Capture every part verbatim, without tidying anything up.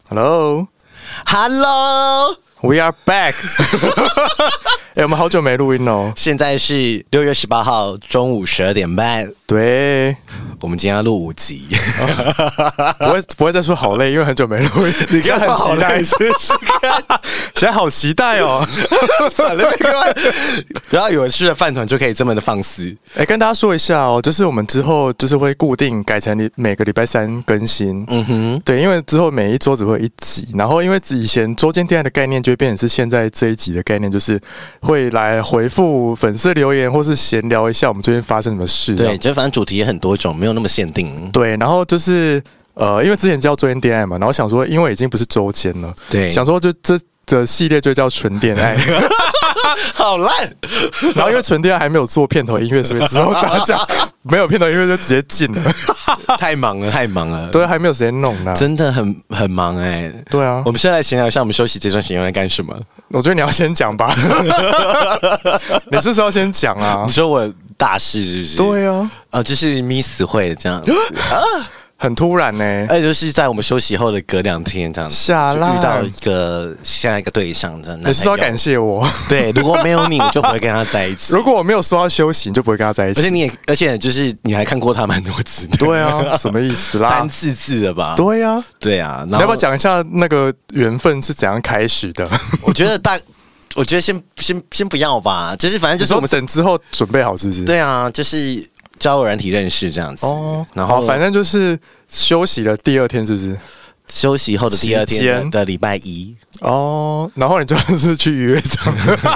Hello，Hello，We are back 。哎、欸，我们好久没录音哦。 现在是六月十八号中午十二点半。 对， 我们今天要录五集， 哦、不会不会再说好累，因为很久没录音。 你刚刚很期待， 试试看，现在好期待哦。 惨了，不要以为吃了饭团就可以这么的放肆。 哎、欸，跟大家说一下哦，就是我们之后就是会固定改成每个礼拜三更新。嗯哼，对，因为之后每一周只会有一集，然后因为以前周间电台的概念就会变成是现在这一集的概念，就是会来回复粉丝留言或是闲聊一下我们最近发生什么事。 对，就反正主题也很多种，没有那么限定。 对，然后就是呃，因为之前叫周间恋爱嘛，然后想说，因为已经不是周间了， 对， 想说就这这系列就叫纯恋爱， 好烂。 然后因为纯恋爱还没有做片头音乐，所以之后大家没有片头音乐就直接进了。 太忙了，太忙了， 对，还没有时间弄呢， 真的很很忙哎、欸。 对啊， 我们现在来闲聊一下，我们休息这段时间在干什么？ 我觉得你要先讲吧，你是不是要先讲啊？ 你说我大事是不是？ 对啊， 呃，就是咪死会这样子啊。 很突然呢、欸， 而且就是在我们休息后的隔两天这样子， 下烂遇到一个下一个对象，真的。 你是要感谢我？ 对，如果没有你，我就不会跟他在一起。 如果我没有说要休息，你就不会跟他在一起。 而且你也，而且就是你还看过他蛮多次的。 对啊，什么意思啦？ 三四次了吧？ 对啊， 对啊。 你要不要讲一下那个缘分是怎样开始的？ 我觉得大。我觉得先先先不要吧，就是反正就是我们等之后准备好，是不是？ 对啊，就是交友软体认识这样子。哦，然后反正就是休息了第二天，是不是？ 休息后的第二天的礼拜一。 哦，然后你就是去约场。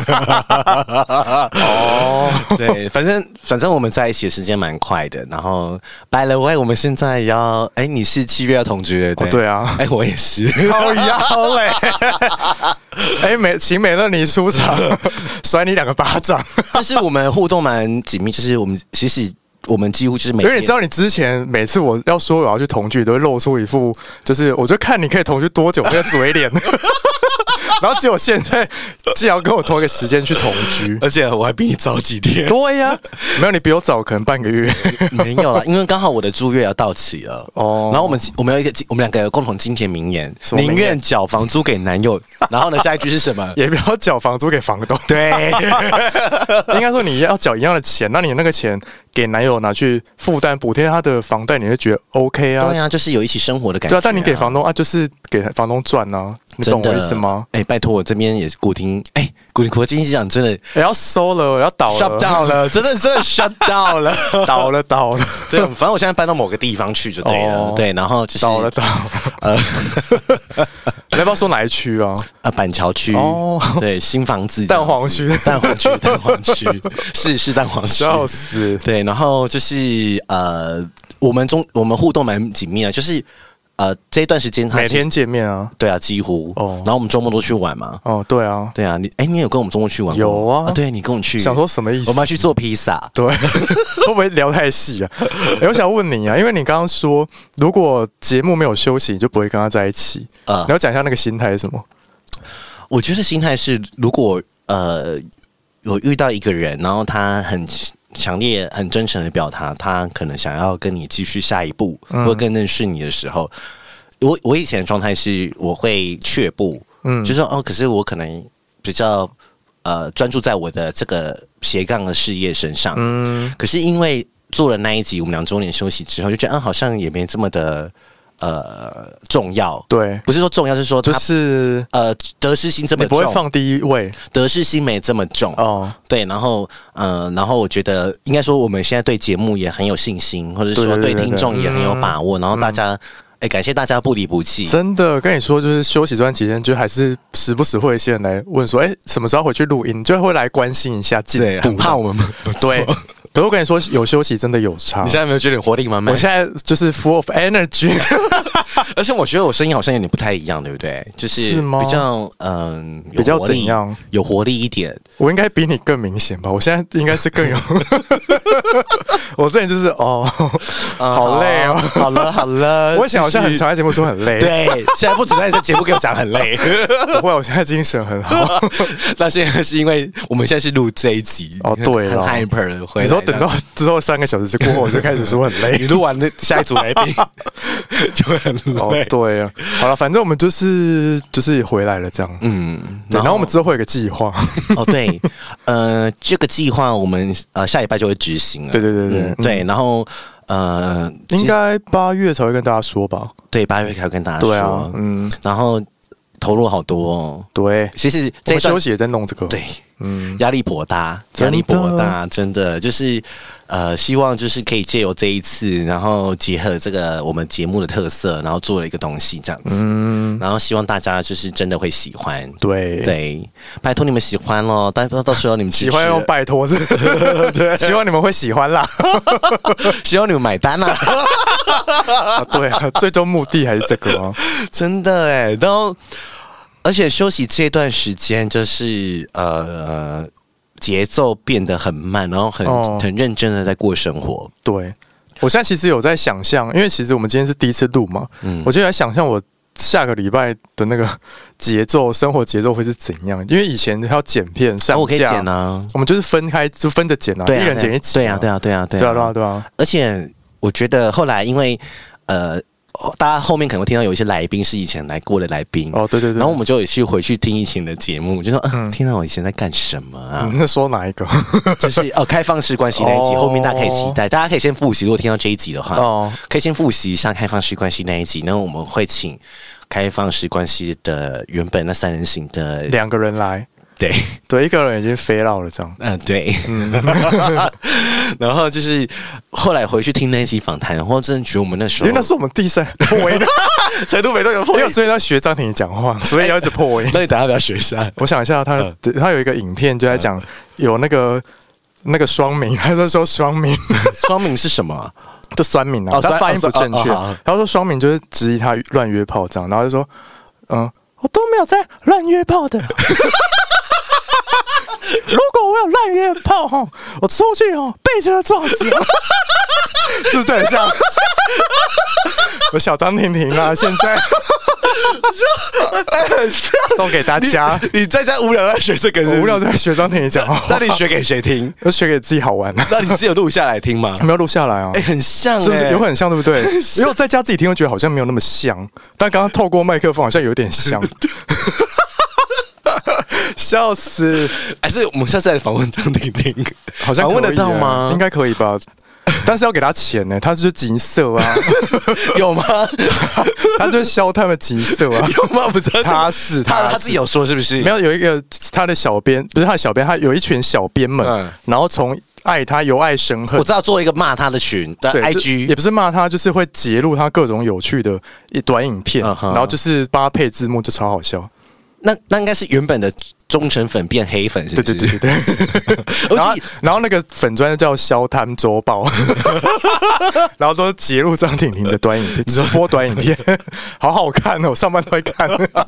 哦，对，反正反正我们在一起的时间蛮快的。然后 by the way， 我们现在要，哎，你是七月要同居的，对、 哦、对啊， 哎，我也是， 好妖嘞。哎，美请美乐你出场，甩你两个巴掌。 但是我们互动蛮紧密，就是我们其实我们几乎就是每天， 因为你知道，你之前每次我要说我要去同居，都会露出一副就是我就看你可以同居多久那个嘴脸。然后结果现在既然要跟我同一个时间去同居， 而且我还比你早几天。 对呀、啊，没有你比我早可能半个月。 没有啦，因为刚好我的租约要到期了。哦，然后我们我们有一个我们两个有共同金钱名言，宁愿缴房租给男友。然后呢，下一句是什么？ 也不要缴房租给房东。 对， 应该说你要缴一样的钱，那你那个钱给男友拿去负担补贴他的房贷，你会觉得 OK 啊？ 对啊，就是有一起生活的感觉、啊。 对啊，但你给房东啊，就是给房东赚啊。你懂我意思吗？ 哎、欸，拜托，我这边也是古亭，哎、欸，古亭国经济奖真的也、欸、要收了，要倒了 ，shut 到了，真的真的 shut 到了， 倒了倒了。 对，反正我现在搬到某个地方去就对了，哦、对，然后就是倒了倒了。呃，你要不要说哪一区啊？ 啊，板桥区哦，对，新房子， 蛋黄区， 蛋黄区，蛋黄区，是是蛋黄区， 笑死。 对，然后就是呃，我们中我们互动蛮紧密的，就是。呃，这一段时间他每天见面啊， 对啊，几乎哦。然后我们周末都去玩嘛， 哦，对啊， 对啊，你哎，你有跟我们周末去玩吗？ 有啊， 啊对你跟我去， 想说什么意思？ 我们要去做披萨， 对，会不会聊太细啊？欸、我想问你啊，因为你刚刚说，如果节目没有休息，你就不会跟他在一起。呃，你要讲一下那个心态是什么？ 我觉得心态是，如果呃有遇到一个人，然后他很。强烈、很真诚的表达，他可能想要跟你继续下一步，嗯、或更认识你的时候，我我以前的状态是，我会却步，嗯，就是说哦，可是我可能比较呃专注在我的这个斜杠的事业身上，嗯，可是因为做了那一集我们两周年休息之后，就觉得啊，好像也没这么的。呃，重要对， 不是说重要，是说就是呃，得失心这么重， 你不会放第一位， 得失心没这么重哦。对，然后呃，然后我觉得应该说我们现在对节目也很有信心，或者说对听众也很有把握，然后大家。哎，感谢大家不离不弃。 真的跟你说，就是休息这段期间，就还是时不时会有一些人来问说，哎，什么时候回去录音？就会来关心一下进度， 很怕我们不对。可是我跟你说，有休息真的有差。 你现在有没有觉得活力满满？ 我现在就是 full of energy， 而且我觉得我声音好像有点不太一样，对不对？就是比较嗯、呃， 比较怎样？ 有活力一点。 我应该比你更明显吧？我现在应该是更有。我之前就是哦，嗯、好累哦。 好了好了， 我以前好像很常在节目说很累， 对，现在不准在这节目给我讲很累。 不会，我现在精神很好。 那现在是因为我们现在是录这一集哦，对了， 很 hyper 的。 你说等到之后三个小时过后，我就开始说很累。 你录完那下一组来宾就很累。 哦，对啊，好了，反正我们就是就是回来了这样。嗯，对，然后我们之后会有个计划。 哦，对，呃，这个计划我们呃下礼拜就会执行了。 对对对对、 嗯、对，然后呃， 应该八月才会跟大家说吧？ 对，八月才会跟大家说。 对啊，嗯， 然后投入好多哦。 对， 其实这休息也在弄这个。 对。嗯，压力颇大，压力颇大，真的就是呃，希望就是可以借由这一次，然后结合这个我们节目的特色，然后做了一个东西这样子，嗯，然后希望大家就是真的会喜欢， 对对，拜托你们喜欢咯，到到时候你们喜欢用拜托是，对，希望你们会喜欢啦， 希望你们买单啦， 啊，对啊，最终目的还是这个啊， 真的哎，然后。而且休息这段时间，就是呃节奏变得很慢，然后很、哦、很认真的在过生活。 对，我现在其实有在想象，因为其实我们今天是第一次录嘛，嗯，我就在想象我下个礼拜的那个节奏，生活节奏会是怎样？因为以前要剪片上架， 我可以剪啊， 我们就是分开就分着剪啊， 对啊， 一人剪一集、 啊，对啊，对啊，对啊， 对啊，对啊，对啊。 而且我觉得后来因为呃。大家后面可能会听到有一些来宾是以前来过的来宾哦，对对对， 然后我们就也去回去听以前的节目，就说，嗯，听到我以前在干什么啊？ 你在说哪一个？ 就是哦，开放式关系那一集，哦、后面大家可以期待，大家可以先复习。如果听到这一集的话，哦，可以先复习一下开放式关系那一集。然后我们会请开放式关系的原本那三人行的两个人来。 对对，一个人已经飞到了这样。 嗯，对。嗯、然后就是后来回去听那一期访谈，然后真的觉得我们那时候， 因为那是我们第三破音，成都美都有破音。因为我最近在学张庭讲话，所以要一直破音。 那你等下要不要学一下？ 我想一下他，他、嗯、他有一个影片就在讲有那个那个双名，他就说双名， 双名是什么、啊？ 就酸民啊，哦、他发音不正确。哦哦、然后说双名就是质疑他乱约炮这样，然后就说，嗯，我都没有在乱约炮的。如果我有乱约炮哈，我出去哦被车撞死了，是不是很像？我小张婷婷啦，现在送给大家。 你, 你在家无聊在学这个是不是， 无聊在学张婷婷讲话， 那你学给谁听？ 我学给自己好玩。 那你自己有录下来听吗？ 没有录下来啊。 哎、欸，很像、欸， 是不是有很像，对不对？因为我在家自己听，我觉得好像没有那么像，但刚刚透过麦克风好像有点像。笑死！ 还是我们下次来访问张婷婷， 好像访问得到吗？ 应该可以吧？但是要给他钱呢、欸，他就是金色啊， 有吗？ 他就是消他们金色啊， 有吗？不知道他是他他自己有说是不是？ 没有，有一个他的小编，不是他的小编，他有一群小编们，嗯、然后从爱他由爱生恨， 我知道做一个骂他的群的 I G， 也不是骂他，就是会截录他各种有趣的一短影片，嗯、然后就是帮他配字幕，就超好笑。 那那应该是原本的忠诚粉变黑粉，是不是？ 对对对对对。然后然后那个粉专叫消摊周报，然后都截录张婷婷的短影片，直播短影片，好好看哦，我上班都会看，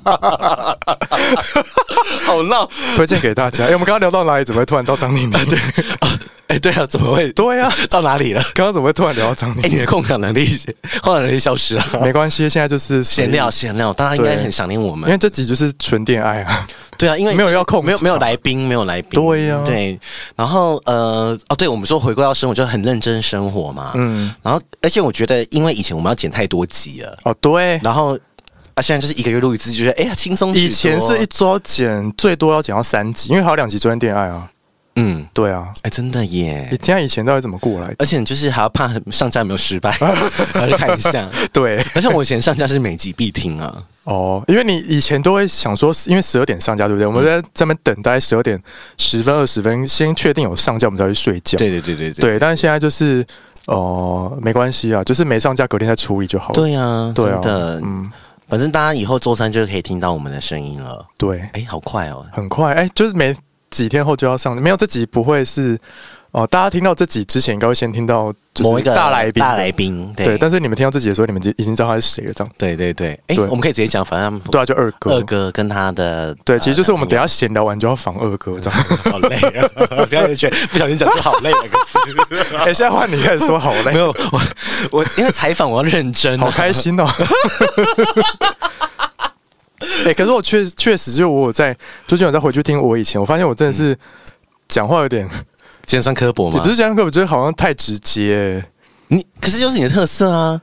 好闹， 推荐给大家。哎、欸，我们刚刚聊到哪里？怎么会突然到张婷婷？对。 哎、欸，对啊，怎么会？ 对啊， 到哪里了？ 刚刚怎么会突然聊到张婷婷？ 哎、欸，你的空想能力，空想能力消失了。 没关系，现在就是闲聊，闲聊，大家应该很想念我们， 因为这集就是纯恋爱啊。 对啊，因为没有要控， 没有没有来宾，没有来宾。 对呀、啊， 对。然后呃，哦，对，我们说回归到生活，就很认真生活嘛。嗯。然后，而且我觉得，因为以前我们要剪太多集了。 哦，对。 然后啊，现在就是一个月录一次，觉得哎呀轻松。 以前是一周剪最多要剪到三集，因为还有两集专恋爱啊。嗯，对啊， 哎、欸，真的耶！ 你听下以前到底怎么过来的？ 而且就是还要怕上架有没有失败，然后去看一下。 对， 而且我以前上架是每集必听啊。 哦，因为你以前都会想说，因为十二点上架，对不对？嗯、我们在这边等，大概十二点十分、二十分，先确定有上架，我们才会睡觉。 对对对对对, 对。但是现在就是哦、呃，没关系啊，就是没上架，隔天再处理就好了。 对啊，对啊，真的，嗯。反正大家以后周三就可以听到我们的声音了。 对， 哎、欸，好快哦， 很快，哎、欸，就是没。几天后就要上，没有这集不会是哦、呃。大家听到这集之前，应该会先听到某一个大来宾， 大来宾 对, 对。但是你们听到这集的时候，你们已经知道他是谁了，这样。 对对对，哎、欸，我们可以直接讲，反正对啊，就二哥， 二哥跟他的对，其实就是我们等一下闲聊完就要访二哥，这样。 好累啊！不要觉得不小心讲出好累两个字。 哎、欸，现在换你开始说好累， 没有我我因为采访我要认真、啊， 好开心哦。哎、欸，可是我确确实就我有在最近有再回去听我以前，我发现我真的是讲话有点尖酸刻薄嘛， 不是尖酸刻薄，就是好像太直接、欸。 你可是就是你的特色啊！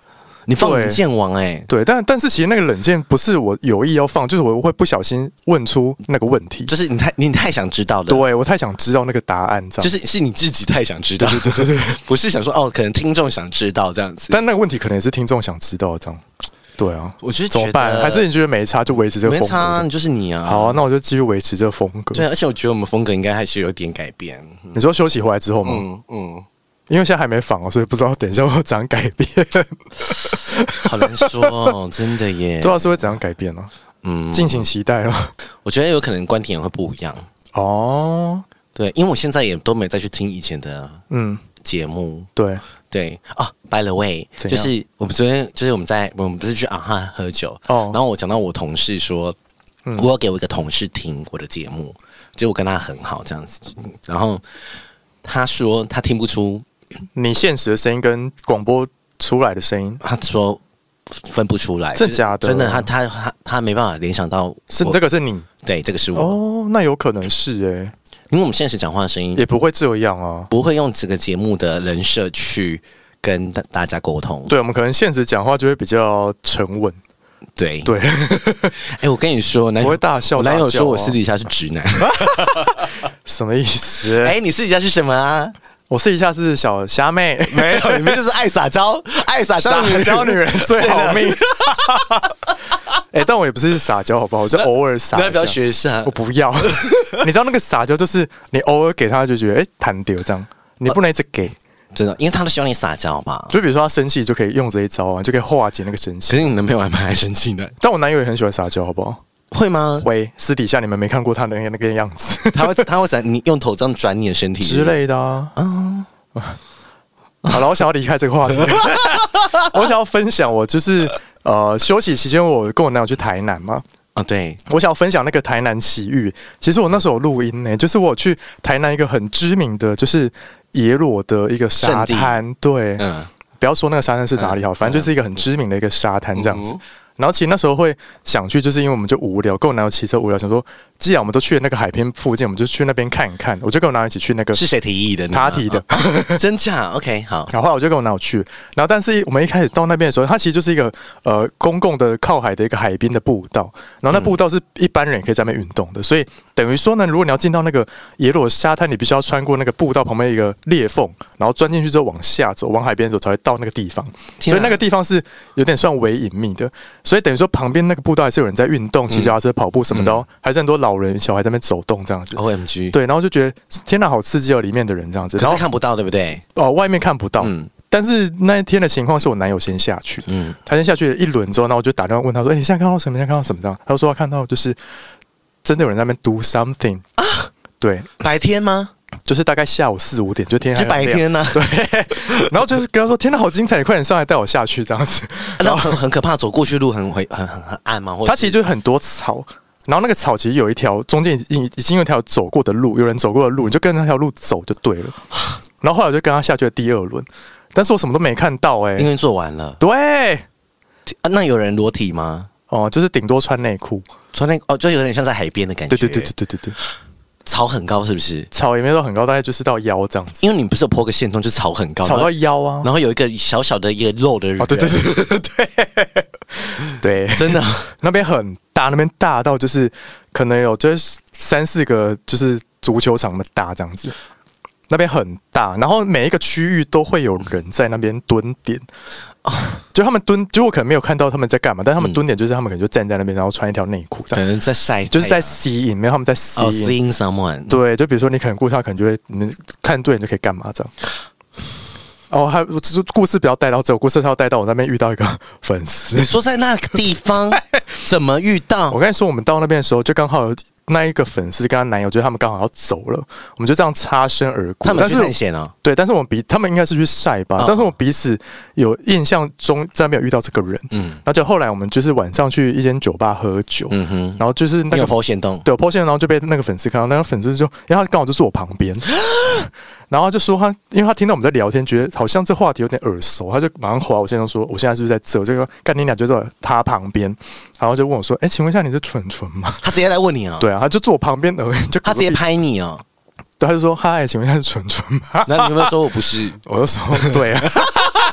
你放冷箭王哎、欸， 对，但但是其实那个冷箭不是我有意要放，就是我会不小心问出那个问题， 就是你太你太想知道的， 对我太想知道那个答案，这样就是是你自己太想知道， 对对对对对， 不是想说哦，可能听众想知道这样子， 但那个问题可能也是听众想知道这样。对啊， 我觉得怎么办？还是你觉得没差就维持这个风格？ 没差、啊，你就是你啊。 好啊，那我就继续维持这个风格。 对，而且我觉得我们风格应该还是有点改变。 你说休息回来之后吗？ 嗯嗯。 因为现在还没访哦，所以不知道等一下会怎样改变。 好难说哦，真的耶。 对啊，是会怎样改变呢、啊？嗯，敬请期待了。 我觉得有可能观点也会不一样哦。 对，因为我现在也都没再去听以前的嗯节目。 对对啊 ，By the way， 就是我们昨天就是我们在我们不是去啊哈喝酒哦，然后我讲到我同事说，嗯、我有给我一个同事听我的节目，就我跟他很好这样子，然后他说他听不出。 你现实的声音跟广播出来的声音， 他说分不出来， 真的假的？ 真的，他他他他没办法联想到， 是这个是你， 对，这个是我。 哦，那有可能是哎、欸， 因为我们现实讲话的声音也不会这样啊， 不会用这个节目的人设去跟大家沟通。 对，我们可能现实讲话就会比较沉稳。 对对， 哎、欸，我跟你说，男友我会大笑大叫、啊， 我男友说我私底下是直男， 什么意思？ 哎、欸，你私底下是什么啊？ 我私底下是小虾妹， 没有，你们就是爱撒娇，爱撒娇撒娇女人最好命。哎、欸，但我也不是撒娇，好不好？我是偶尔撒。 不要不要学一下， 我不要。你知道那个撒娇就是你偶尔给他就觉得哎弹掉这样，你不能一直给。 真的，因为他都希望你撒娇吧。 就比如说他生气就可以用这一招啊，就可以化解那个生气。 可是你男朋友还蛮爱生气的， 但我男友也很喜欢撒娇，好不好？ 会吗？ 会，私底下你们没看过他的那个样子， 他会他会转你用头这样转你的身体之类的啊。嗯，好了，我想要离开这个话题，我想要分享我就是呃休息期间，我跟我男友去台南嘛。 啊，对， 我想要分享那个台南奇遇。其实我那时候有录音呢、欸，就是我有去台南一个很知名的就是野裸的一个沙滩，对，嗯，不要说那个沙滩是哪里好，嗯、反正就是一个很知名的一个沙滩这样子。嗯然后其实那时候会想去，就是因为我们就无聊，跟我男友骑车无聊，想说既然我们都去了那个海边附近，我们就去那边看一看。我就跟我男友一起去那个， 是谁提议的？ 他提的， 哦、真假 ？OK， 好。 然后后来我就跟我男友去，然后但是我们一开始到那边的时候，它其实就是一个呃公共的靠海的一个海边的步道，然后那步道是一般人也可以在那边运动的，所以等于说呢，如果你要进到那个野裸沙滩，你必须要穿过那个步道旁边一个裂缝，然后钻进去之后往下走，往海边走才会到那个地方。所以那个地方是有点算微隐秘的，所以等于说旁边那个步道还是有人在运动，骑脚踏车、跑步什么的、哦，嗯、还是很多老人、小孩在那边走动这样子。 O M G， 对，然后就觉得天哪，好刺激哦！里面的人这样子， 可是看不到，对不对？ 哦，外面看不到。嗯。但是那一天的情况是我男友先下去，嗯，他先下去了一轮之后，然后我就打电话问他说：“哎、欸，你现在看到什么？你现在看到什么？”这样，他就说他看到就是真的有人在那边 do something 啊，对， 白天吗？ 就是大概下午四五点，就天还是白天呢、啊？ 对，然后就是跟他说：“天哪，好精彩！你快点上来带我下去。”这样子， 然后很很可怕，走过去路很很很很暗吗？ 它其实就是很多草，然后那个草其实有一条中间已经已经有一条走过的路，有人走过的路，你就跟那条路走就对了。然后后来我就跟他下去了第二轮，但是我什么都没看到哎、欸， 因为做完了。 对、 啊，那有人裸体吗？ 哦，就是顶多穿内裤， 穿内哦，就有点像在海边的感觉。 对对对对对对对。 草很高是不是？ 草也没有到很高，大概就是到腰这样子。 因为你不是有破个线洞，就是草很高， 草到腰啊。 然后有一个小小的一个肉的人， 哦，对对对对对对， 真的那边很大，那边大到就是可能有就是三四个就是足球场那么大这样子。那边很大，然后每一个区域都会有人在那边蹲点。就他们蹲，就我可能没有看到他们在干嘛，但他们蹲点就是他们可能就站在那边，然后穿一条内裤， 可能在晒， 就是在吸引，没有他们在吸引、 oh, seeing someone。 对，就比如说你可能顾他，可能就会你们看对，你就可以干嘛这样。哦，还故事不要带到这，我故事要带到我那边遇到一个粉丝。 你说在那个地方怎么遇到？ 我跟你说，我们到那边的时候，就刚好有那一个粉丝跟她男友，就是他们刚好要走了，我们就这样擦身而过。 他们去探险啊？ 对，但是我们彼他们应该是去晒吧，哦、但是我彼此有印象中在没有遇到这个人。嗯，然后就后来我们就是晚上去一间酒吧喝酒，嗯哼，然后就是那个抛线洞， 对，抛线，然后就被那个粉丝看到，那个粉丝就因为他刚好就坐我旁边。然后他就说他，因为他听到我们在聊天，觉得好像这话题有点耳熟，他就马上滑我身上说：“我现在是不是在这？”我这个干你俩就在他旁边，然后就问我说：“哎、欸，请问一下你是纯纯吗？” 他直接来问你啊、哦？ 对啊，他就坐我旁边而已，就他直接拍你哦。 对，他就说：“嗨，请问一下是纯纯吗？” 然后你有没有说我不是？ 我就说：“对啊。”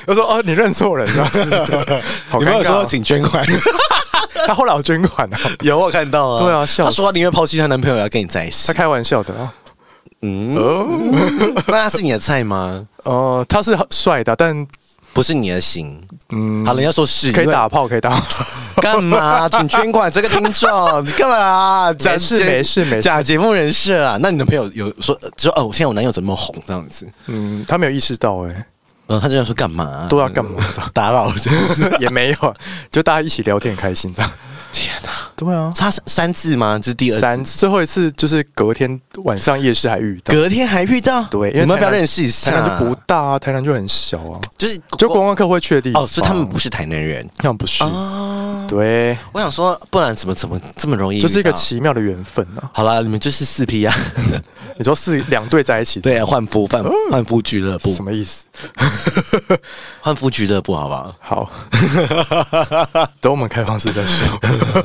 我说哦，你认错人了，好尴尬、哦。 你没有说请捐款？ 他后来有捐款啊， 有我看到啊。 对啊，笑他说他宁愿抛弃她男朋友，也要跟你在一起。 他开玩笑的啊。 嗯，哦、那他是你的菜吗？ 哦、呃，他是帅的，但不是你的型。嗯，好，人家说是可以打炮，可以打炮。 干嘛？请捐款这个听众，你干嘛、啊？ 没事没事没事， 假节目人设啊？那你男朋友有说说哦，现在我男友怎么红这样子？ 嗯，他没有意识到哎、欸。 嗯，他就想说干嘛？ 都要干嘛？ 打扰这样子也没有，就大家一起聊天很开心的。 天哪！ 对啊， 差三次吗？这是第二次， 三次，最后一次就是隔天晚上夜市还遇到， 隔天还遇到， 对，因为你们要不要认识一下？ 台南就不大啊，台南就很小啊， 就是就观光客会去的地方。 哦，所以他们不是台南人， 他们不是啊。对， 我想说，不然怎么怎么这么容易？ 就是一个奇妙的缘分啊。 好啦，你们就是四 P 啊。 你说四两队在一起， 对啊，换夫换换夫俱乐部什么意思？ 换夫俱乐部好不好？ 好，等我们开放式再说。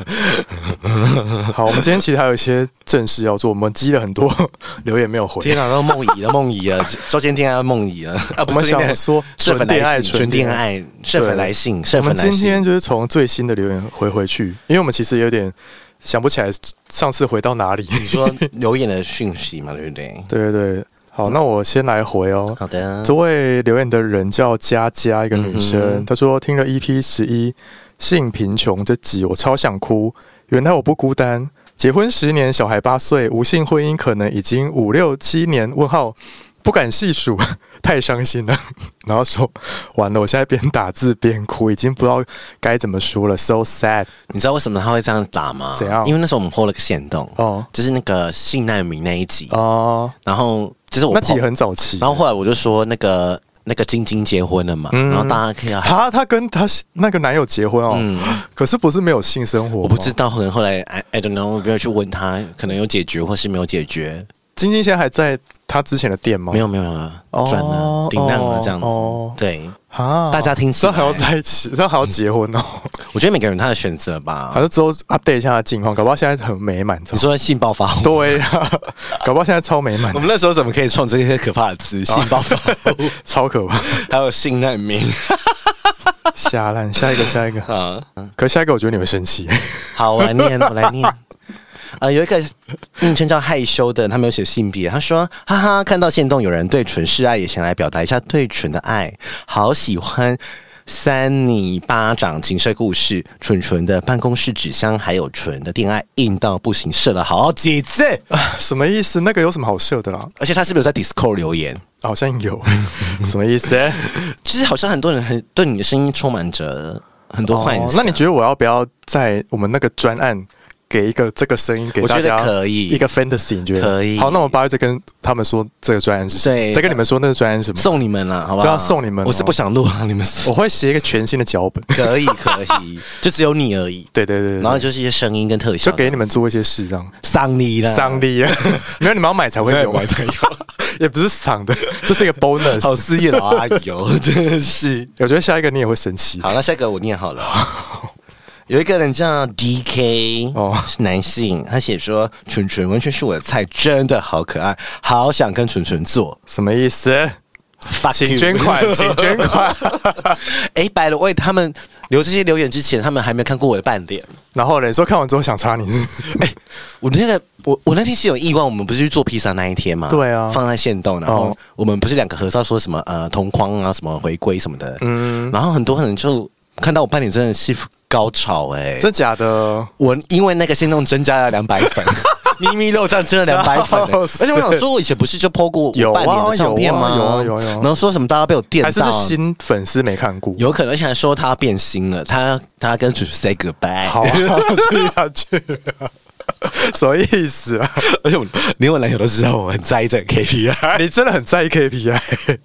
好，我们今天其实还有一些正事要做，我们积了很多留言没有回。 天哪，都梦遗了，梦遗了，周间恋爱梦遗了啊！ 我们想说社粉来信，纯恋爱，社粉来信，社粉来信。 我们今天就是从最新的留言回回去，因为我们其实有点想不起来上次回到哪里。 你说留言的讯息嘛，对不对？ 对对对。好，那我先来回哦。 好的， 这位留言的人叫佳佳，一个女生，嗯、她说听了 E P 十一性贫穷这集，我超想哭。原来我不孤单，结婚十年，小孩八岁，无性婚姻可能已经五六七年。问号，不敢细数，太伤心了。然后说完了，我现在边打字边哭，已经不知道该怎么说了 ，so sad。 你知道为什么他会这样打吗？ 怎样？ 因为那时候我们 po 了个限动，哦，就是那个性难民那一集哦，然后。就是我那集很早期， 然后后来我就说那个那个晶晶结婚了嘛，嗯、然后大家可以他他跟他那个男友结婚哦，嗯、可是不是没有性生活？ 我不知道，可能后来 I I don't know， 我没有去问他，可能有解决或是没有解决。 晶晶现在还在他之前的店吗？ 没有没有了，转了顶浪了这样子，哦、对。啊！大家听起来， 这还要在一起，这还要结婚哦？ 我觉得每个人他的选择吧， 还是之后 update 一下他的近况，搞不好现在很美满。 你说性爆发？ 对呀、啊，搞不好现在超美满。 我们那时候怎么可以创这些可怕的词？性爆发， 超可怕。 还有性难民， 瞎烂。下一个，下一个啊！可下一个我觉得你会生气。 好，我来念，我来念。呃，有一个昵称叫害羞的，他没有写性别。他说：“哈哈，看到限动有人对蠢示爱，也想来表达一下对蠢的爱，好喜欢。”三你巴掌情色故事，蠢蠢的办公室纸箱，还有蠢的恋爱，硬到不行，射了好几次。 什么意思？那个有什么好射的啦？ 而且他是不是有在 Discord 留言？ 好像有。什么意思？ 其实好像很多人很对你的声音充满着很多幻想、哦。 那你觉得我要不要在我们那个专案？给一个这个声音给大家， 我觉得可以一个 fantasy， 你觉得可以？ 好，那我八月再跟他们说这个专案是什么， 对， 再跟你们说那个专案是什么， 送你们了，好不好？ 对啊，送你们。 我是不想录啊，你们我会写一个全新的脚本， 可以可以，就只有你而已。 对对 对, 对， 然后就是一些声音跟特效， 就给你们做一些事，这样赏你了， 赏你了，没有你们要买才会有，买才有，也不是赏的，就是一个 bonus。 好肆意老阿姨哦，真的是。 我觉得下一个你也会生气。 好，那下一个我念好了。有一个人叫 D K， 哦，是男性，他写说蠢蠢完全是我的菜，真的好可爱，好想跟蠢蠢做。 什么意思？请捐款，请捐款。 哎，by the way，他们留这些留言之前，他们还没有看过我的半脸。 然后呢，你说看完之后想插你是？ 哎，我那个我我那天是有意外，我们不是去做披萨那一天嘛？ 对啊， 放在限动，然后我们不是两个合照说什么呃同框啊，什么回归什么的。嗯，然后很多人就看到我半脸真的是高潮哎、欸， 真假的？ 我因为那个限动增加了两百粉。咪咪肉酱真的两百粉、欸，而且我想说，我以前不是就 po 过我半年的照片吗？ 有啊有啊有啊有啊。 然后说什么大家被我电到， 还是是新粉丝没看过？ 有可能，而且还说他变心了，他他跟楚楚 say goodbye。 好、啊，去啊去啊！什么意思啊？ 而且我连我男友都知道我很在意这个 K P I， 你真的很在意 K P I。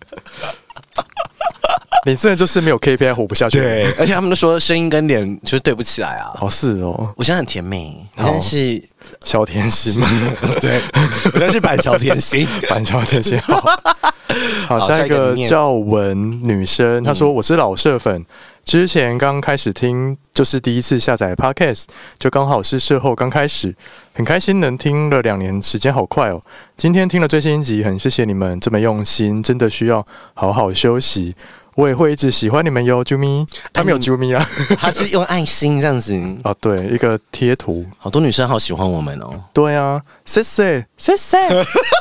你真的就是没有 K P I 活不下去。 对，而且他们都说声音跟脸就是对不起来啊。 哦，是哦， 我现在很甜美，但是小甜心嘛。 对，我现在是板桥甜心， 板桥甜心。好，好，下一个叫文女生，她说我是老社粉，之前刚开始听，就是第一次下载 Podcast， 就刚好是社后刚开始，很开心能听了两年，时间好快哦。今天听了最新一集，很谢谢你们这么用心，真的需要好好休息。 我也会一直喜欢你们哟，啾咪。他没有啾咪啊， 他是用爱心这样子。 哦，对，一个贴图。 好多女生好喜欢我们哦。 对啊，谢谢，谢谢。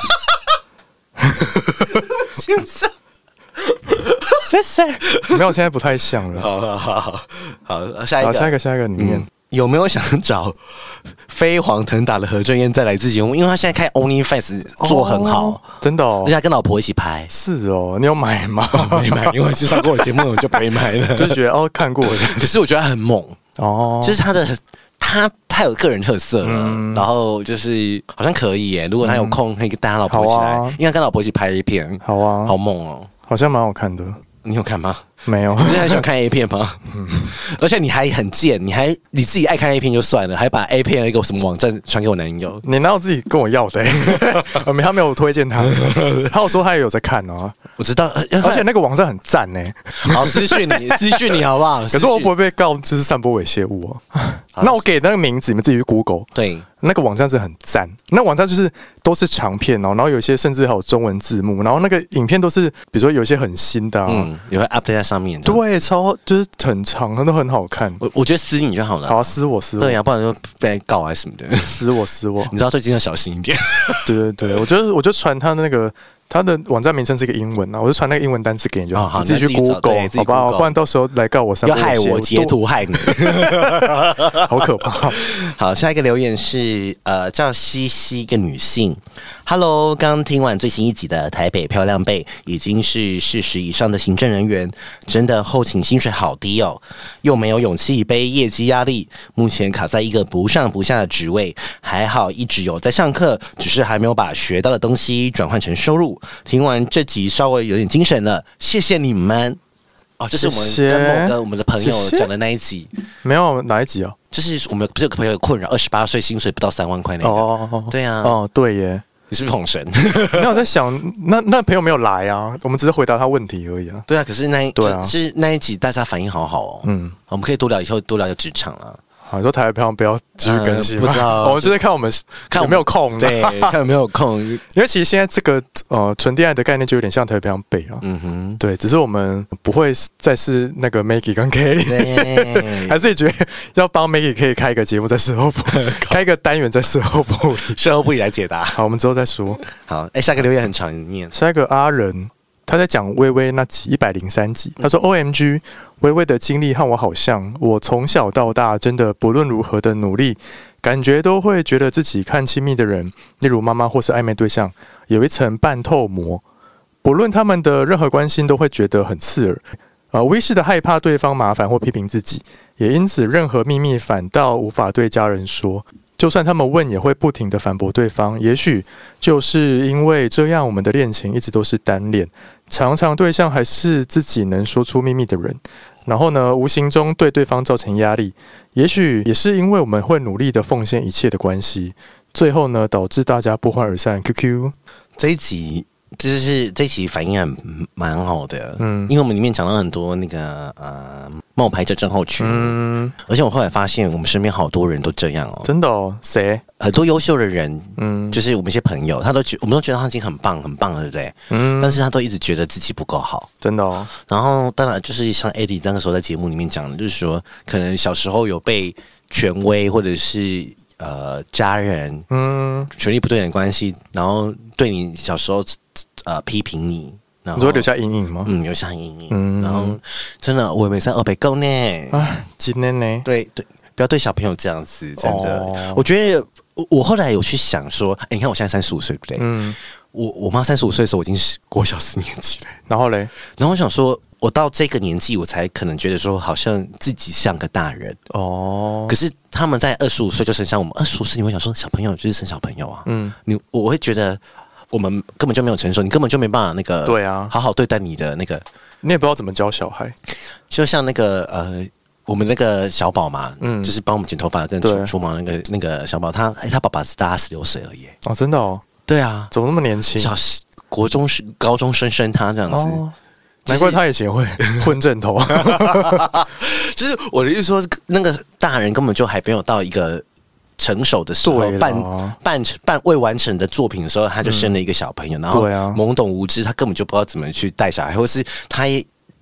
先生， 谢谢。没有，现在不太像了。 好好好好，好，下一个， 下一个，下一个里面、嗯、 有没有想找飞黄腾达的何正燕再来自节目？因为他现在开 OnlyFans 做很好、哦， 真的哦， 而且他跟老婆一起拍。 是哦，你有买吗？ 哦、没买，因为是上过我节目，我就没买了。 就是觉得哦，看过。 可是我觉得他很猛哦， 就是他的他太有个人特色了、嗯，然后就是好像可以耶。如果他有空，可以带他老婆一起来，嗯啊、因为他跟老婆一起拍一片。 好啊， 好猛哦， 好像蛮好看的。 你有看吗？ 没有。 你很喜欢看 A 片吗？嗯，而且你还很贱，你还你自己爱看 A 片就算了，还把 A 片的一个什么网站传给我男友。 你哪有自己跟我要的、欸？没，他没有推荐他，他有说他也有在看哦。 我知道， 而且那个网站很赞呢、欸。 好，私讯你，私讯你好不好？ 可是我不会被告就是散播猥亵物哦。那我给那个名字，你们自己去 Google。 对， 那个网站是很赞。那网站就是都是长片哦，然后有些甚至还有中文字幕，然后那个影片都是，比如说有些很新的、啊， 嗯，也会 update 在上面。 对，超就是很长，它都很好看。 我我觉得私你就好了。 好、啊，私我私我。 对呀、啊，不然就被告还是什么的。 私我私我。 你知道最近要小心一点。 对对对，我觉得我就传他的那个。他的网站名称是一个英文啊，我就传那个英文单词给你就好， 哦、好你自己去 Google 好不好？不然到时候来告我三。 要害我截图害你， 好可怕。 好，下一个留言是呃叫西西一个女性 ，Hello， 刚听完最新一集的台北漂亮贝，已经是四十以上的行政人员，真的后勤薪水好低哦，又没有勇气背业绩压力，目前卡在一个不上不下的职位，还好一直有在上课，只是还没有把学到的东西转换成收入。听完这集稍微有点精神了，谢谢你们哦！这是我们跟某个我们的朋友讲的那一集， 謝謝没有哪一集啊？ 就是我们不是有个朋友有困扰，二十八岁薪水不到三万块那个。哦，对啊， 哦，对耶， 你是不是捧神？ 没有在想，那那朋友没有来啊，我们只是回答他问题而已啊。 对啊，可是那一对啊， 是那一集大家反应好好哦。嗯，我们可以多聊以后多聊职场了。 好，你说台北漂亮不要继续更新、呃， 不知道， 我们就是看我们看有没有空， 对，看有没有空。 因为其实现在这个呃纯恋爱的概念就有点像台北漂亮北啊，嗯哼，对，只是我们不会再是那个 Maggie 跟 Kelly， 还是觉得要帮 Maggie 可以开一个节目在事后部，开一个单元在事后部， 事后部里来解答。 好，我们之后再说。 好，哎、欸，下一个留言很长，你念。 下一个阿仁。他在讲微微那集一百零三集，他说 O M G 微微的经历和我好像，我从小到大真的不论如何的努力，感觉都会觉得自己看亲密的人，例如妈妈或是暧昧对象，有一层半透膜，不论他们的任何关心都会觉得很刺耳，呃，无意识的害怕对方麻烦或批评自己，也因此任何秘密反倒无法对家人说。就算他们问，也会不停地反驳对方。也许就是因为这样，我们的恋情一直都是单恋，常常对象还是自己能说出秘密的人。然后呢，无形中对对方造成压力。也许也是因为我们会努力地奉献一切的关系，最后呢，导致大家不欢而散。Q Q 这一集。就是这一期反应还蛮好的，嗯，因为我们里面讲到很多那个呃冒牌者症候群，嗯，而且我后来发现我们身边好多人都这样哦， 真的哦，谁？ 很多优秀的人，嗯，就是我们一些朋友，他都觉我们都觉得他已经很棒很棒了，对不对？嗯，但是他都一直觉得自己不够好， 真的哦。 然后当然就是像 Eddie 那个时候在节目里面讲的，就是说可能小时候有被权威或者是呃家人，嗯，权力不对等的关系，然后对你小时候。呃，批评你，然后你说留下阴影吗？ 嗯，留下阴影。嗯，然后真的，我没在二北够呢。 啊，今天呢？ 对对，不要对小朋友这样子，真的。哦、我觉得我我后来有去想说，哎、欸，你看我现在三十五岁，对不对？嗯。我我妈三十五岁的时候，我已经是国小四年级了。 然后嘞， 然后我想说，我到这个年纪，我才可能觉得说，好像自己像个大人哦。可是他们在二十五岁就生像我们，二十五岁你会想说，小朋友就是生小朋友啊。嗯。你我会觉得。我们根本就没有成熟，你根本就没办法那个对啊， 好好对待你的那个， 你也不知道怎么教小孩。 就像那个呃，我们那个小宝嘛，嗯，就是帮我们剪头发跟除除毛那个那个小宝，他哎、欸，他爸爸是大他十六岁而已。 哦，真的哦。 对啊， 怎么那么年轻？ 小国中高中生生他这样子， 哦、难怪他以前会混正头。 就是我的意思说，那个大人根本就还没有到一个。成熟的时候，半半半未完成的作品的时候，他就生了一个小朋友，嗯、然后懵懂无知，他根本就不知道怎么去带小孩，或是他也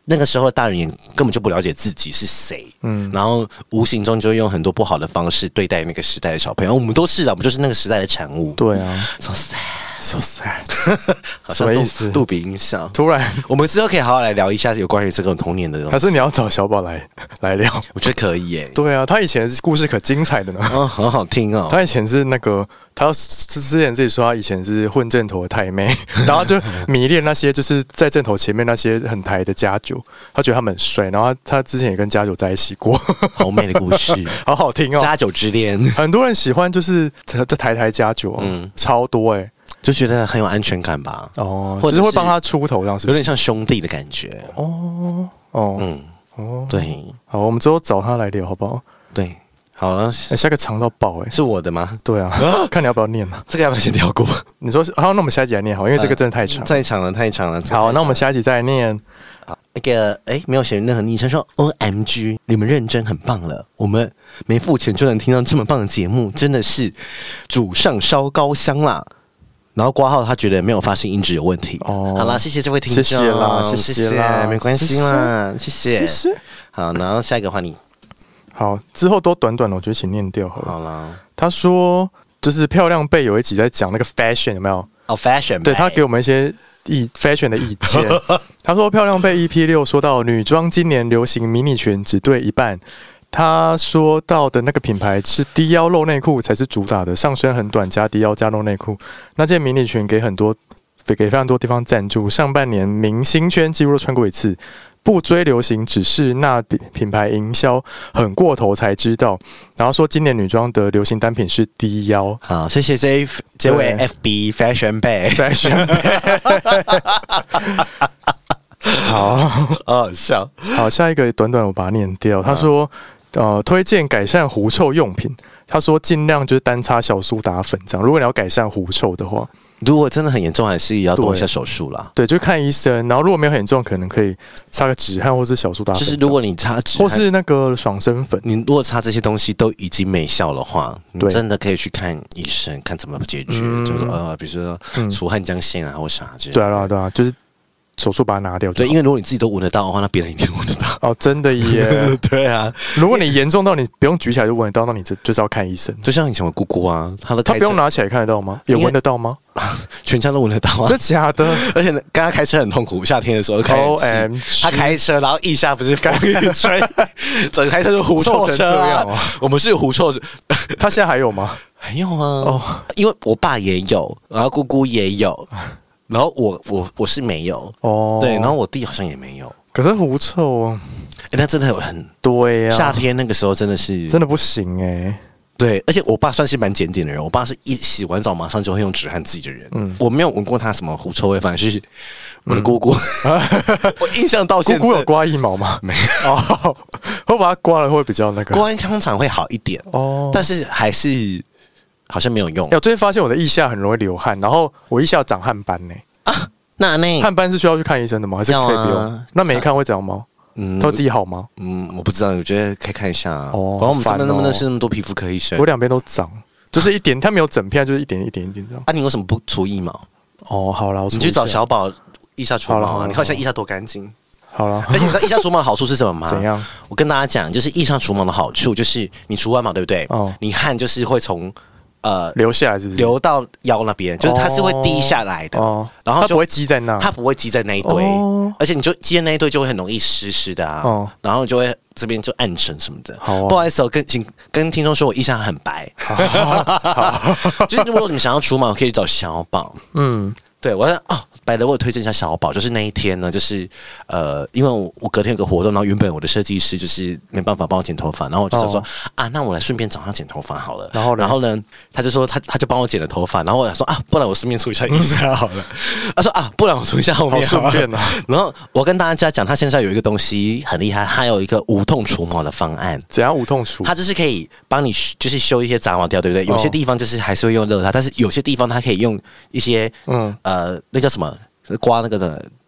那个时候的大人也根本就不了解自己是谁，嗯，然后无形中就会用很多不好的方式对待那个时代的小朋友。我们都是的，我们就是那个时代的产物。 对啊 ，so sad，so sad， 什么意思？ 杜比音效。 突然， 我们之后可以好好来聊一下有关于这个童年的东西。 还是你要找小宝来来聊？ 我觉得可以耶。 对啊，他以前故事可精彩的呢。 哦，很好听哦。 他以前是那个，他之前自己说他以前是混正头的太妹，然后就迷恋那些就是在正头前面那些很台的家酒，他觉得他们很帅，然后他他之前也跟家酒在一起过， 好美的故事， 好好听哦。 家酒之恋， 很多人喜欢就是这台台家酒，嗯，超多哎、欸。 就觉得很有安全感吧， 哦，或者是会帮他出头，这样是不是有点像兄弟的感觉？ 哦哦， 嗯，哦，对， 好，我们之后找他来聊好不好？ 对，好了， 欸、下个长到爆哎、欸， 是我的吗？ 对啊，看你要不要念嘛？ 这个要不要先跳过？ 你说好，那我们下一集来念好，因为这个真的太长，呃、 太长了，太长了。 好，那我们下一集再来念。 好，那个哎，没有写任何昵称说 O M G， 你们认真很棒了，我们没付钱就能听到这么棒的节目，真的是祖上烧高香啦。然后挂号，他觉得没有发现音质有问题。哦，好啦，谢谢这位听众， 谢谢啦，谢谢啦， 没关系啦，谢谢， 谢谢。 好，然后下一个换你。 好，之后都短短的，我觉得请念掉好了。 好啦， 他说就是漂亮贝有一集在讲那个 fashion 有没有？ 哦 ，fashion， 对他给我们一些意 fashion 的意见。他说漂亮贝 E P 六说到女装今年流行迷你裙只对一半。他说到的那个品牌是低腰露内裤才是主打的，上身很短加低腰加露内裤。那件迷你裙给很多给非常多地方赞助，上半年明星圈几乎都穿过一次。不追流行，只是那品牌营销很过头才知道。然后说今年女装的流行单品是低腰。 好，谢谢这这位 F B Fashion Bay Fashion Bay 好， 好好笑。 好，下一个短短我把它念掉。他说。呃，推荐改善狐臭用品。他说尽量就是单擦小苏打粉这样。如果你要改善狐臭的话， 如果真的很严重，还是要动一下手术啦。 对，就看医生。然后如果没有很严重，可能可以擦个止汗或是小苏打粉。 就是如果你擦止汗，或是那个爽身粉， 你如果擦这些东西都已经没效的话，你真的可以去看医生，看怎么解决。嗯、就是呃，比如说除汗浆线啊，或啥之类的。 对啊，对啊，就是。手术把它拿掉， 对，因为如果你自己都闻得到的话，那别人一定闻得到。 哦，真的耶， 对啊。 如果你严重到你不用举起来就闻得到，那你这就是要看医生。 就像以前我姑姑啊，她的她不用拿起来看得到吗？也闻得到吗？ 全家都闻得到啊！ 真假的？ 而且刚刚开车很痛苦，夏天的时候开始他开车，然后腋下不是风一吹，整个开车就狐臭车啊！我们是有狐臭， 他现在还有吗？ 还有啊！哦，因为我爸也有，然后姑姑也有。然后我我我是没有哦，对，然后我弟好像也没有。 可是狐臭啊， 哎，那真的有很对呀， 夏天那个时候真的是真的不行哎、欸。 对，而且我爸算是蛮检点的人，我爸是一洗完澡马上就会用止汗剂的人。嗯，我没有闻过他什么狐臭味，反正是我的姑姑。嗯、我印象到现在， 姑姑有刮腋毛吗？ 没有，哦、 我把它刮了会比较那个。 刮通常会好一点哦，但是还是。好像没有用。 我最近发现我的腋下很容易流汗，然后我腋下长汗斑呢、欸。 啊，那那汗斑是需要去看医生的吗？还是可以不用？啊、那没看会怎样吗？嗯，它会自己好吗？ 嗯，我不知道，我觉得可以看一下、啊。哦，反正我们真的能不能是那么多皮肤科医生？ 我两边都长，就是一点，它没有整片，就是一点一点一点这样。 啊，你为什么不除腋毛？ 哦，好了， 你去找小宝腋下除毛啊！你看一下腋下多干净。 好了， 而且你知道腋下除毛的好处是什么吗？ 怎样？ 我跟大家讲，就是腋下除毛的好处就是你除完毛，对不对？哦，你汗就是会从。呃， 流下来是不是？ 流到腰那边，就是它是会滴下来的，哦、然后就它不会积在那， 它不会积在那一堆，哦、而且你就积在那一堆就会很容易湿湿的啊，哦、然后就会这边就暗沉什么的。好、哦，不好意思、哦，跟请跟听众说我腋下很白，就是如果你想要除毛，可以找小宝。嗯，对我哦。百德，我有推荐一下小宝，就是那一天呢，就是呃，因为我我隔天有个活动，然后原本我的设计师就是没办法帮我剪头发，然后我就想说、哦、啊，那我来顺便找他剪头发好了。然后然后呢，他就说他他就帮我剪了头发，然后我想说啊，不然我顺便除一下腋下好了。他说啊，不然我除一下后面好了。顺便啊。然后我跟大家讲，他现在有一个东西很厉害，他有一个无痛除毛的方案。 怎样无痛除？ 他就是可以帮你就是修一些杂毛掉，对不对？有些地方就是还是会用热它，但是有些地方它可以用一些嗯呃那叫什么？刮那个的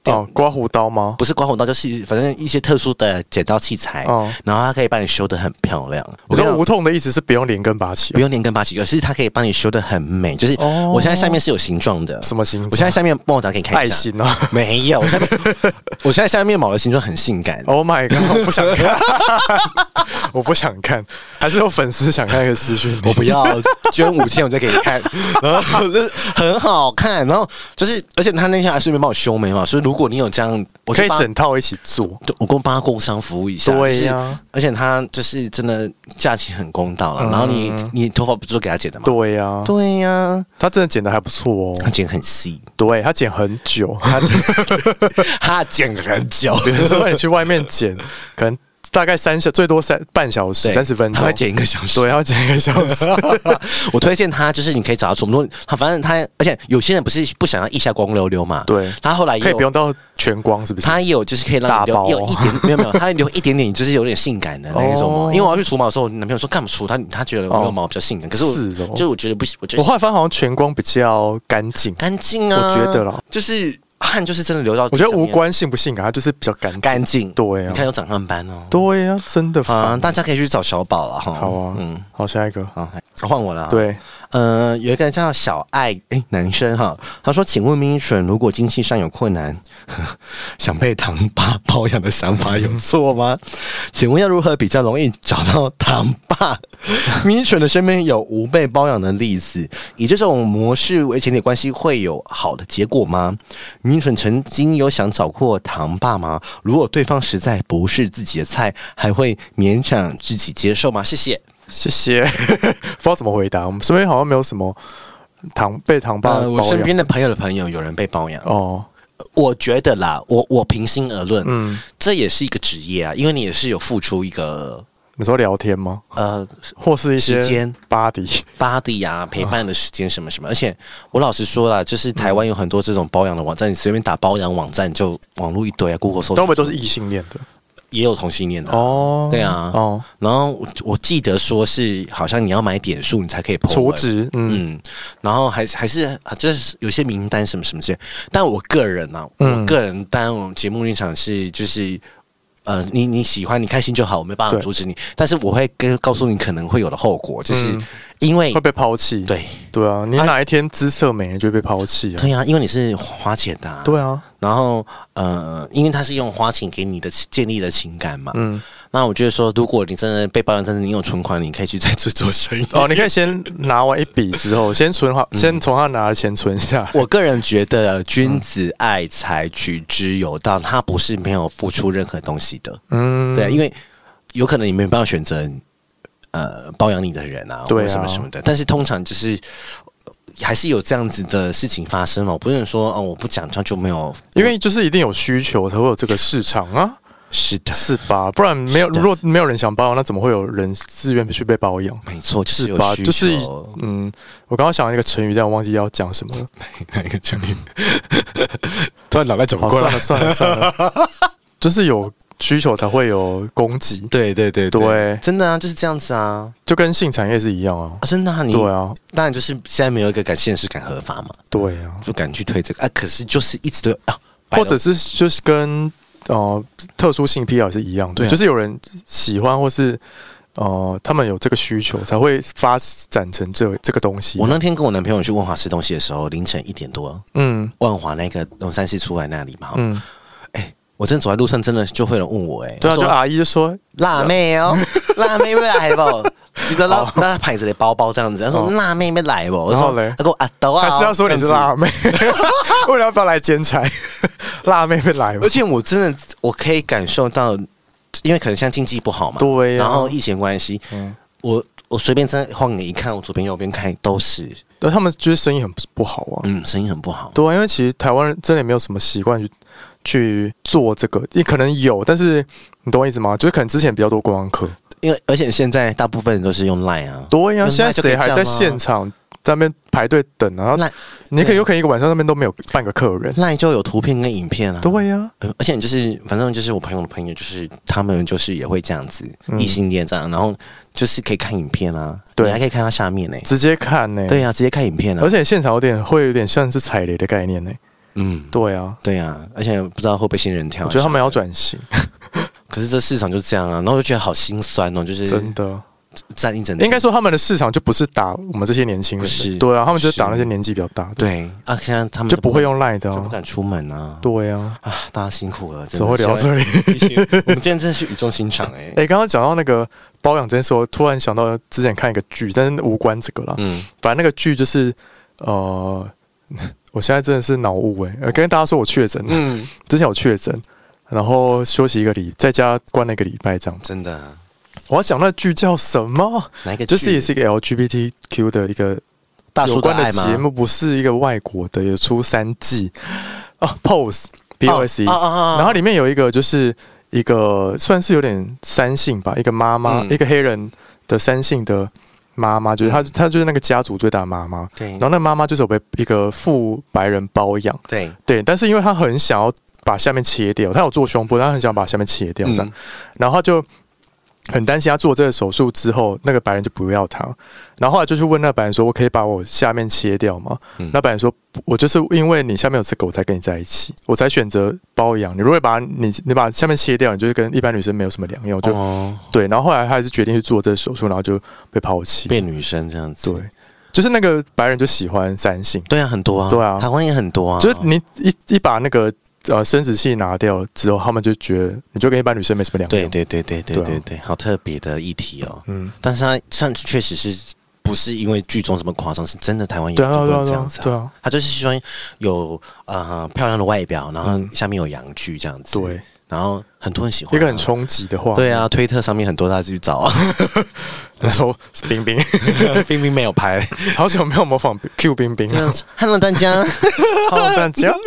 哦，刮胡刀吗？ 不是刮胡刀，就是反正一些特殊的剪刀器材，哦、然后它可以帮你修得很漂亮。 我说无痛的意思是不用连根拔起， 不用连根拔起，而是它可以帮你修得很美。就是我现在下面是有形状的， 什么形状？ 我现在下面帮我打给你看一下， 爱心哦， 没有，我下面我现在下面毛的形状很性感。 Oh my god， 我不想看，我不想看，还是有粉丝想看一个私讯， 我不要捐五千我再给你看，然后很好看，然后就是而且他那天还顺便帮我修眉毛，所以如果你有这样， 我可以整套一起做， 我跟帮他工商服务一下， 对呀、啊， 而且他就是真的价钱很公道了，嗯、然后你你头发不是都给他剪的吗？ 对呀、啊， 对呀、啊， 他真的剪的还不错哦， 他剪很细， 对他剪很久，他他剪很久， 比如说你去外面剪，可能。大概三小最多三半小时三十分钟， 他会剪一个小时， 对，要剪一个小时。 我推荐他，就是你可以找他主播，他反正他，而且有些人不是不想要腋下光溜溜嘛， 对， 他后来也可以不用到全光，是不是？ 他也有就是可以让你留有一点没有没有，他留一点点，就是有点性感的那一种毛。哦、因为我要去除毛的时候，我男朋友说干嘛除？他他觉得我有毛比较性感，可是我是、哦、就我觉得不行，我觉得我后来发现好像全光比较干净， 干净啊， 我觉得啦， 就是。汗就是真的流到， 我觉得无关性不性感，它就是比较干净。 干净， 对啊， 你看有长汗斑哦。 对啊，真的啊，大家可以去找小宝了哈。 好啊，嗯，好，下一个， 好，换我了。 对， 呃，有一个叫小爱，哎，男生哈，他说：“请问明纯，如果经济上有困难，想被堂爸包养的想法有错吗？请问要如何比较容易找到堂爸？明纯的身边有无被包养的例子，以这种模式维持你的关系会有好的结果吗？明纯曾经有想找过堂爸吗？如果对方实在不是自己的菜，还会勉强自己接受吗？谢谢。” 谢谢，不知道怎么回答。我们身边好像没有什么堂被堂爸包养、 呃。我身边的朋友的朋友有人被包养哦。 我觉得啦，我我平心而论，嗯，这也是一个职业啊，因为你也是有付出一个。 你說聊天嗎？ 呃， 或是一些時間 body body 啊，陪伴的時間什麼什麼。而且我老實說啦，就是台灣有很多這種包養的網站，你隨便打包養網站就網絡一堆啊 ，Google 搜， 都不都是異性戀的。 也有同性戀的哦， 對啊，哦，然後我我記得說是好像你要買點數你才可以 po 儲值， 嗯，嗯，然後還還是就是有些名單什麼什麼之類，但我個人啊，嗯、我個人當然我節目立場是就是。呃，你你喜歡你開心就好，我沒辦法阻止你，但是我會跟告訴你可能會有的後果，就是因為、 嗯、會被拋棄。 對對啊，你哪一天姿色美了就會被拋棄啊。 對啊，因為你是花錢的、啊。 對啊， 然後呃，因為他是用花錢給你的建立的情感嘛。嗯。那我覺得說，如果你真的被包養，真的你有存款，你可以去再做做生意。 哦，你可以先拿完一筆之後，先存好，先從他拿的錢存下。 我個人覺得，君子愛財，取之有道，他不是沒有付出任何東西的。嗯，對，因為有可能你沒辦法選擇呃包養你的人啊，或者什麼什麼的。但是通常就是還是有這樣子的事情發生嘛。我不能說哦，我不講他就沒有， 因為就是一定有需求才會有這個市場啊。 是的， 是吧？不然沒有，如果沒有人想包養，那怎麼會有人自願去被包養？ 沒錯，就是有需求。 就是嗯，我剛剛想了一個成語，但我忘記要講什麼了。 哪一個成語？突然腦袋轉不過來。 算了算了算了，就是有需求才會有供給。 對對對 對, 對， 真的啊，就是這樣子啊， 就跟性產業是一樣啊。 啊真的啊，你對啊， 當然就是現在沒有一個敢現實敢合法嘛。 對啊， 就敢去推這個啊，可是就是一直都有啊， 或者是就是跟。呃，特殊性癖好是一樣的，啊、就是有人喜歡或是呃，他們有這個需求，才會發展成這這個東西。 我那天跟我男朋友去萬華吃東西的時候，凌晨一點多，嗯，萬華那個龍山寺出來那裡嘛，嗯，哎、欸，我真的走在路上，真的就會有人問我、欸，哎， 對啊，就阿姨就說辣妹哦，辣妹會來不？記得那那牌子的包包這樣子，他說辣妹沒來不？ 然後嘞， 他給我阿斗啊， 還是要說你是辣妹，為了要不要來兼差？辣妹會來嗎？ 而且我真的我可以感受到，因為可能像經濟不好嘛， 對、啊， 然後疫情關係，嗯、我我隨便真晃眼一看，我左邊右邊看都是， 但他們覺得生意很不好啊， 嗯，生意很不好， 對啊，因為其實台灣人真的沒有什麼習慣去去做這個，你可能有，但是你懂我意思嗎？就是可能之前比較多觀光客。 因為而且現在大部分人都是用 Line 啊， 對呀、啊，現在誰還在現場在那邊排隊等啊？然後你可以有可能一個晚上那邊都沒有半個客人 ，Line 就有圖片跟影片啊。 對呀、啊， 而且就是反正就是我朋友的朋友，就是他們就是也會這樣子異性戀這樣，然後就是可以看影片啊，對，你還可以看到下面呢、欸， 直接看呢、欸， 對啊，直接看影片啊， 而且現場有點會有點像是踩雷的概念呢、欸。 嗯，对啊， 对啊，而且不知道会不会仙人跳。 我觉得他们要转型， 可是这市场就这样啊，然后我就觉得好心酸哦，就是真的。 站一整天， 应该说他们的市场就不是打我们这些年轻人，是，对啊，他们就是打那些年纪比较大的， 对啊，现在他们就不会用 Line 的、啊， 就不敢出门啊， 对啊， 啊，大家辛苦了， 怎么会聊到这里？ 我们今天真的是语重心长哎、欸， 哎、欸，刚刚讲到那个包养这件事，我突然想到之前看一个剧，但是无关这个啦，嗯，反正那个剧就是呃，我现在真的是脑雾哎，跟大家说我确诊，嗯，之前有确诊，然后休息一个礼，在家关了一个礼拜这样， 真的。 我要讲那剧叫什么？ 哪一个剧？ 就是也是一个 L G B T Q 的一个大叔的爱吗？ 有关的节目，不是一个外国的，有出三季啊 ，Pose P O S E，、oh, oh, oh, oh. 然后里面有一个就是一个算是有点三性吧，一个妈妈、嗯，一个黑人的三性的妈妈，就是她，她就是那个家族最大的妈妈。 对， 然后那妈妈就是有被一个富白人包养。 对对，但是因为她很想要把下面切掉，她有做胸部，但她很想把下面切掉这样，嗯、然后她就。很担心他做这个手术之后，那个白人就不要他。然后后来就去问那个白人说：“我可以把我下面切掉吗？”嗯、那白人说：“我就是因为你下面有这个，我才跟你在一起，我才选择包养。你如果把你你把下面切掉，你就是跟一般女生没有什么两样。”就、哦、对。然后后来他还是决定去做这个手术，然后就被抛弃， 变女生这样子。 对，就是那个白人就喜欢三性。 对啊，很多啊， 对啊， 台湾也很多啊。 就是你一一把那个。呃，生殖器拿掉之后，他们就觉得你就跟一般女生没什么两样。 对对对对对对对，好特别的议题哦。嗯，但是它上确实是不是因为剧中这么夸张，是真的台湾也会这样子、啊。 对啊， 他就是希望有呃漂亮的外表，然后下面有阳具这样子。 对， 然后很多人喜欢、啊、 一个很冲击的话。 对啊，推特上面很多大家去找啊。 他说冰冰， 冰冰没有拍， 好久没有模仿 Q 冰冰了。 Hello 大家 ，Hello 大家。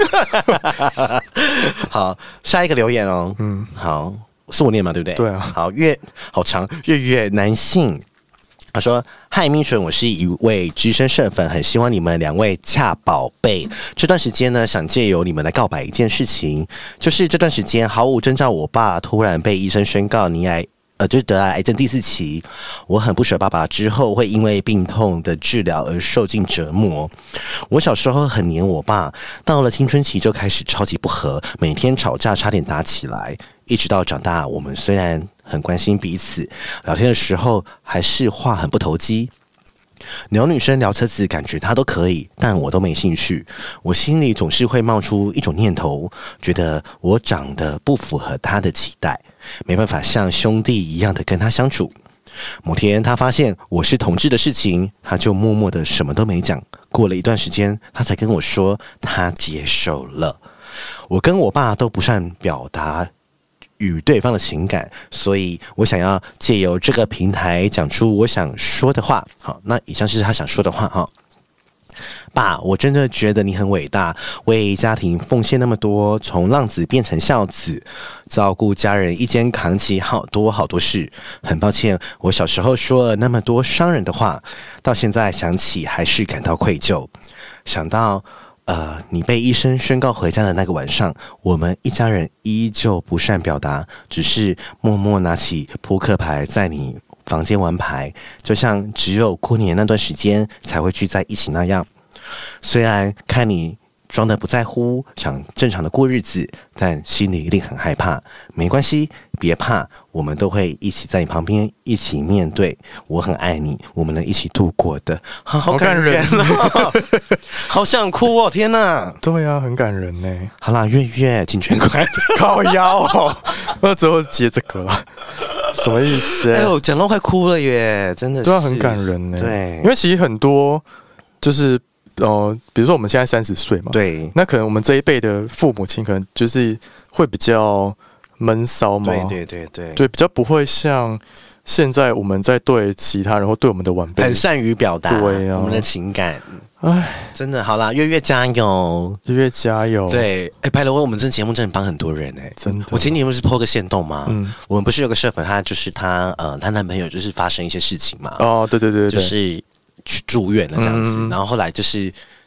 好，下一个留言哦。嗯，好，是我念嘛，对不对？ 对啊。 好，月好长，月月男性。他说：“嗨，咪纯，我是一位资深社粉，很希望你们两位恰宝贝。这段时间呢，想借由你们来告白一件事情，就是这段时间毫无征兆，我爸突然被医生宣告罹癌。”呃，就是得了癌症第四期，我很不舍爸爸之后会因为病痛的治疗而受尽折磨。我小时候很黏我爸，到了青春期就开始超级不和，每天吵架，差点打起来。一直到长大，我们虽然很关心彼此，聊天的时候还是话很不投机。聊女生聊车子，感觉他都可以，但我都没兴趣。我心里总是会冒出一种念头，觉得我长得不符合他的期待，没办法像兄弟一样的跟他相处。某天他发现我是同志的事情，他就默默的什么都没讲。过了一段时间，他才跟我说他接受了。我跟我爸都不善表达与对方的情感，所以我想要借由这个平台讲出我想说的话。好，那以上是他想说的话哈。爸，我真的觉得你很伟大，为家庭奉献那么多，从浪子变成孝子，照顾家人，一肩扛起好多好多事。很抱歉，我小时候说了那么多伤人的话，到现在想起还是感到愧疚。想到呃，你被医生宣告回家的那个晚上，我们一家人依旧不善表达，只是默默拿起扑克牌在你房间玩牌，就像只有过年那段时间才会聚在一起那样。虽然看你装得不在乎，想正常的过日子，但心里一定很害怕。没关系，别怕，我们都会一起在你旁边，一起面对。我很爱你，我们能一起度过的。好, 好感人哦，好想哭哦！天哪， 对啊，很感人呢。 好啦，月月进全款， 靠腰哦，那最后接这个了，什么意思？ 哎呦，讲到快哭了耶，真的是， 对啊，很感人呢。 对， 因为其实很多就是。呃，比如说我们现在三十岁嘛， 对， 那可能我们这一辈的父母亲可能就是会比较闷骚嘛， 对对对对， 对，比较不会像现在我们在对其他人或对我们的晚辈很善于表达对、啊、 我们的情感。哎，真的好啦，月月加油， 月月加油。 对，哎，拜了我，我们这节目真的帮很多人哎、欸， 真的。 我前几天不是 po 个限动吗？嗯，我们不是有个社粉，她就是她呃，她男朋友就是发生一些事情嘛。 哦，对对对对， 就是。去住院了这样子、嗯，然后后来就是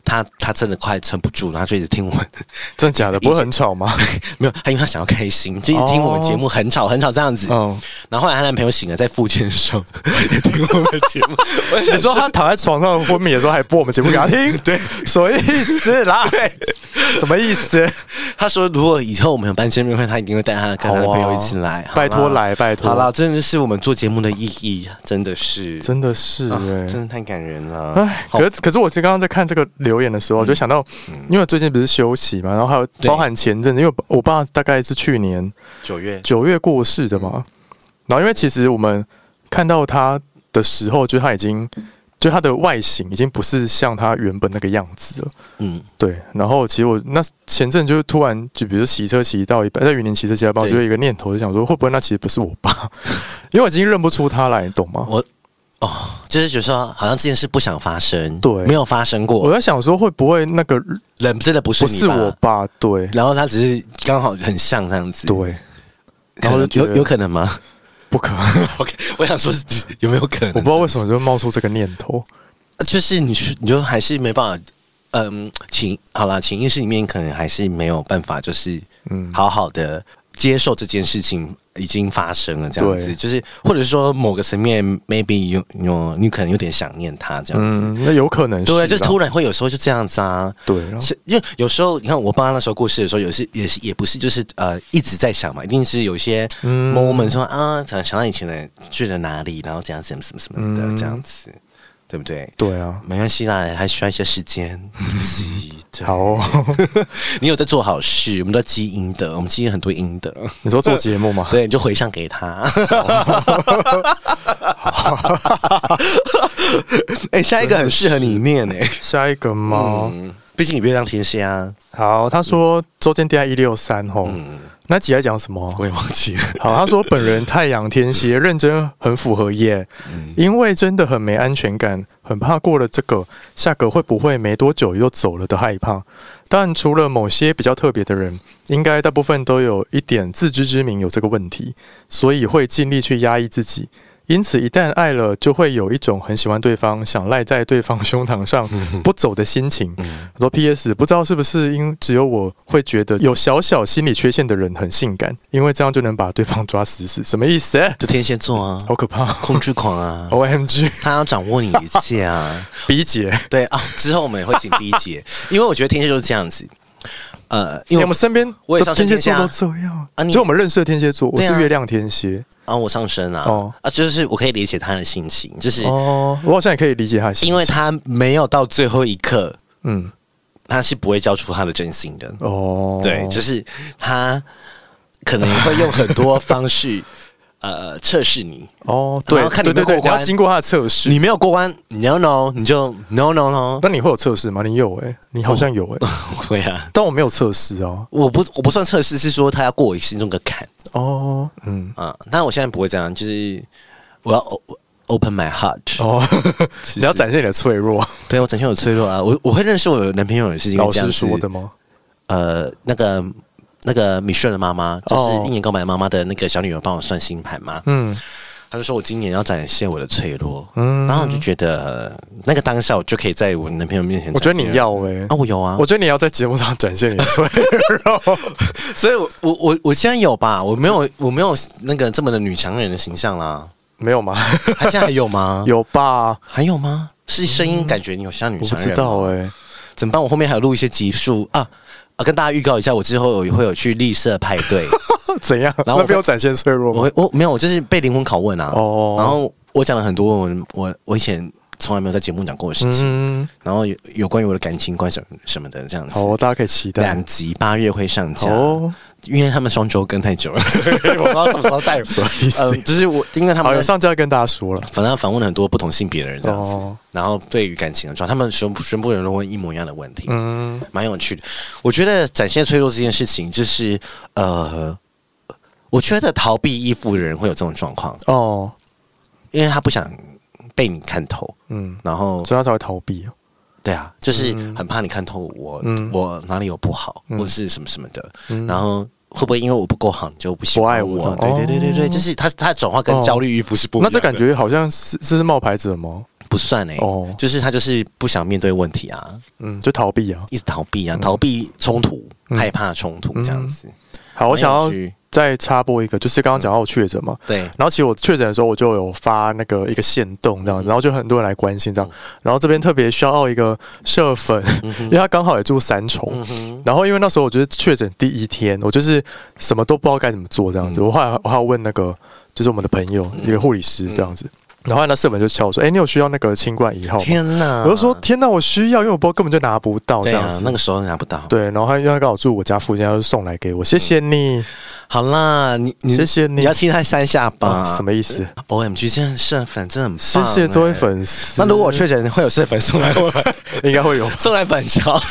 他他真的快撑不住，然后就一直听我们。 真的假的？不会很吵吗？ 没有，他因为他想要开心，就一直听我们节目，很吵很吵这样子。哦、然后后来她男朋友醒了，在复健的时候也听我们节目。 你说他躺在床上昏迷的时候，还播我们节目给他听？ 对， 什么意思啦？对，什么意思？ 他说，如果以后我们有办见面会，他一定会带他跟他男朋友一起来。 拜托来，拜托。 好啦，真的是我们做节目的意义，真的是， 真的是、欸啊， 真的太感人了。 哎，可是可是我刚刚在看这个留言的时候，嗯、就想到，因为最近不是休息嘛，然后还有包含前阵子，因为我爸大概是去年九月九月过世的嘛，嗯、然后因为其实我们看到他的时候，就他已经。就他的外形已经不是像他原本那个样子了，嗯，对。然后其实我那前阵就突然就比如骑车骑到一半，在云林骑车骑到一半，我就有一个念头，就想说会不会那其实不是我爸，因为我已经认不出他来，你懂吗？ 我哦，就是觉得说好像这件事不想发生， 对， 没有发生过。 我在想说会不会那个人真的不是你不是我爸，对， 然后他只是刚好很像这样子， 对。 然后有有可能吗？ 不可能。 OK， 我想说有没有可能？ 我不知道为什么就冒出这个念头， 就是你你就还是没办法，嗯，潜好啦，潜意识里面可能还是没有办法，就是嗯，好好的接受这件事情已经发生了，这样子，就是或者说某个层面 ，maybe 有有你可能有点想念他这样子， 嗯，那有可能是， 对，就是突然会有时候就这样子啊， 对， 因为有时候你看我爸那时候过世的时候，有时也是也不是就是呃一直在想嘛，一定是有一些 moment 说、嗯、啊，想想到以前的去了哪里，然后怎样怎么什么什么的、嗯、这样子。对不对？ 对啊， 没关系啦，还需要一些时间。 好、哦， 你有在做好事，我们都积阴德，我们积很多阴德。 你说做节目吗？ 对，你就回向给他。哎、欸，下一个很适合你念哎、欸， 下一个吗？ 嗯，毕竟你月亮天蝎啊。 好，他说周间电一六三吼。嗯，那集在讲什么？ 我也忘记了。 好，他说本人太阳天蝎，认真很符合耶、嗯，因为真的很没安全感，很怕过了这个下个会不会没多久又走了的害怕。但除了某些比较特别的人，应该大部分都有一点自知之明有这个问题，所以会尽力去压抑自己。因此，一旦爱了，就会有一种很喜欢对方、想赖在对方胸膛上不走的心情。他说 ：“P S 不知道是不是因只有我会觉得有小小心理缺陷的人很性感，因为这样就能把对方抓死死。什么意思？ 就天蝎座啊， 好可怕， 控制狂啊 ！O M G， 他要掌握你一切啊。 B 姐， 对啊，之後我们也会请 B 姐，因为我觉得天蝎就是这样子。呃，因为我们身边我也上天蝎座都这样啊，就我们认识的天蝎座，我是月亮天蝎。” 啊，我上升啊，哦、啊，就是我可以理解他的心情，就是哦，我好像也可以理解他的心情， 因为他没有到最后一刻，嗯，他是不会交出他的真心的哦，对，就是他可能会用很多方式呃测试你哦，对，看你没有过关，你要经过他的测试， 你没有过关 ，no no， 你就 no no no， 那你会有测试吗？你有哎、欸，你好像有哎、欸， 会啊， 但我没有测试哦， 我不我不算测试，是说他要过我心中个坎。 哦，嗯啊， 但我现在不会这样，就是我要 open my heart 哦， 你要展现你的脆弱， 对我展现我的脆弱啊，我我会认识我的男朋友也是因为这样子老师说的吗？ 呃，那个那个米顺的妈妈，就是一年告白妈妈的那个小女儿帮我算星盘嘛，嗯。他就说我今年要展现我的脆弱，嗯，然后我就觉得那个当下我就可以在我男朋友面前， 我觉得你要哎、欸、 啊，我有啊， 我觉得你要在节目上展现你的脆弱， 所以我我我我现在有吧，我没有我没有那个这么的女强人的形象啦， 没有吗？ 他现在还有吗？ 有吧？ 还有吗？是声音感觉你有像女强人吗？ 我不知道哎、欸， 怎么办？我后面还有录一些集数啊。啊，跟大家预告一下，我之后会有去绿色派对， 怎样？然后没有展现脆弱吗？ 我我没有，我就是被灵魂拷问啊。哦，然后我讲了很多我我我以前从来没有在节目讲过的事情，嗯、然后有有关于我的感情观什么什么的这样子。 好，大家可以期待两集八月会上架。哦，因为他们双周更太久了，所以我不知道什么时候带。所以，呃，就是我因为他们上架跟大家说了， 反正访问了很多不同性别的人这样子，哦、然后对于感情的状态，他们全部全部人都问一模一样的问题，嗯，蛮有趣的。我觉得展现脆弱这件事情，就是呃，我觉得逃避依附的人会有这种状况哦，因为他不想被你看透，嗯，然后所以他才会逃避。 对啊，就是很怕你看透我，嗯、我哪里有不好，嗯、或者是什么什么的，嗯、然后会不会因为我不够好，你就不喜欢我？ 不爱我？ 对对对对对，就是他他的转化跟焦虑依附是不一样的。 那这感觉好像是是冒牌者吗？ 不算哎、欸，哦，就是他就是不想面对问题啊， 嗯，就逃避啊， 一直逃避啊，嗯、逃避冲突，嗯、害怕冲突这样子。 嗯、好，我想要再插播一个，就是刚刚讲到我确诊嘛， 对， 然后其实我确诊的时候，我就有发那个一个限动这样，然后就很多人来关心这样，然后这边特别需要一个社粉，嗯、因为他刚好也住三重，嗯、然后因为那时候我就是确诊第一天，我就是什么都不知道该怎么做这样子，嗯、我后来我还要问那个就是我们的朋友、嗯、一个护理师这样子。然后那社粉就敲我说：“哎、欸，你有需要那个清冠一号吗？” 天哪！ 我就说：“天哪，我需要，因为我不知道根本就拿不到这样子。” 对啊，那个时候拿不到。 对，然后他因为他刚好住我家附近，他就送来给我，谢谢你。嗯、 好啦，你你谢谢你， 你要亲他三下吧、 啊？什么意思 ？O M G， 这样社粉真的很棒、欸。 谢谢这位粉丝。 那如果我确诊，会有社粉送来我？ 应该会有， 送来板桥。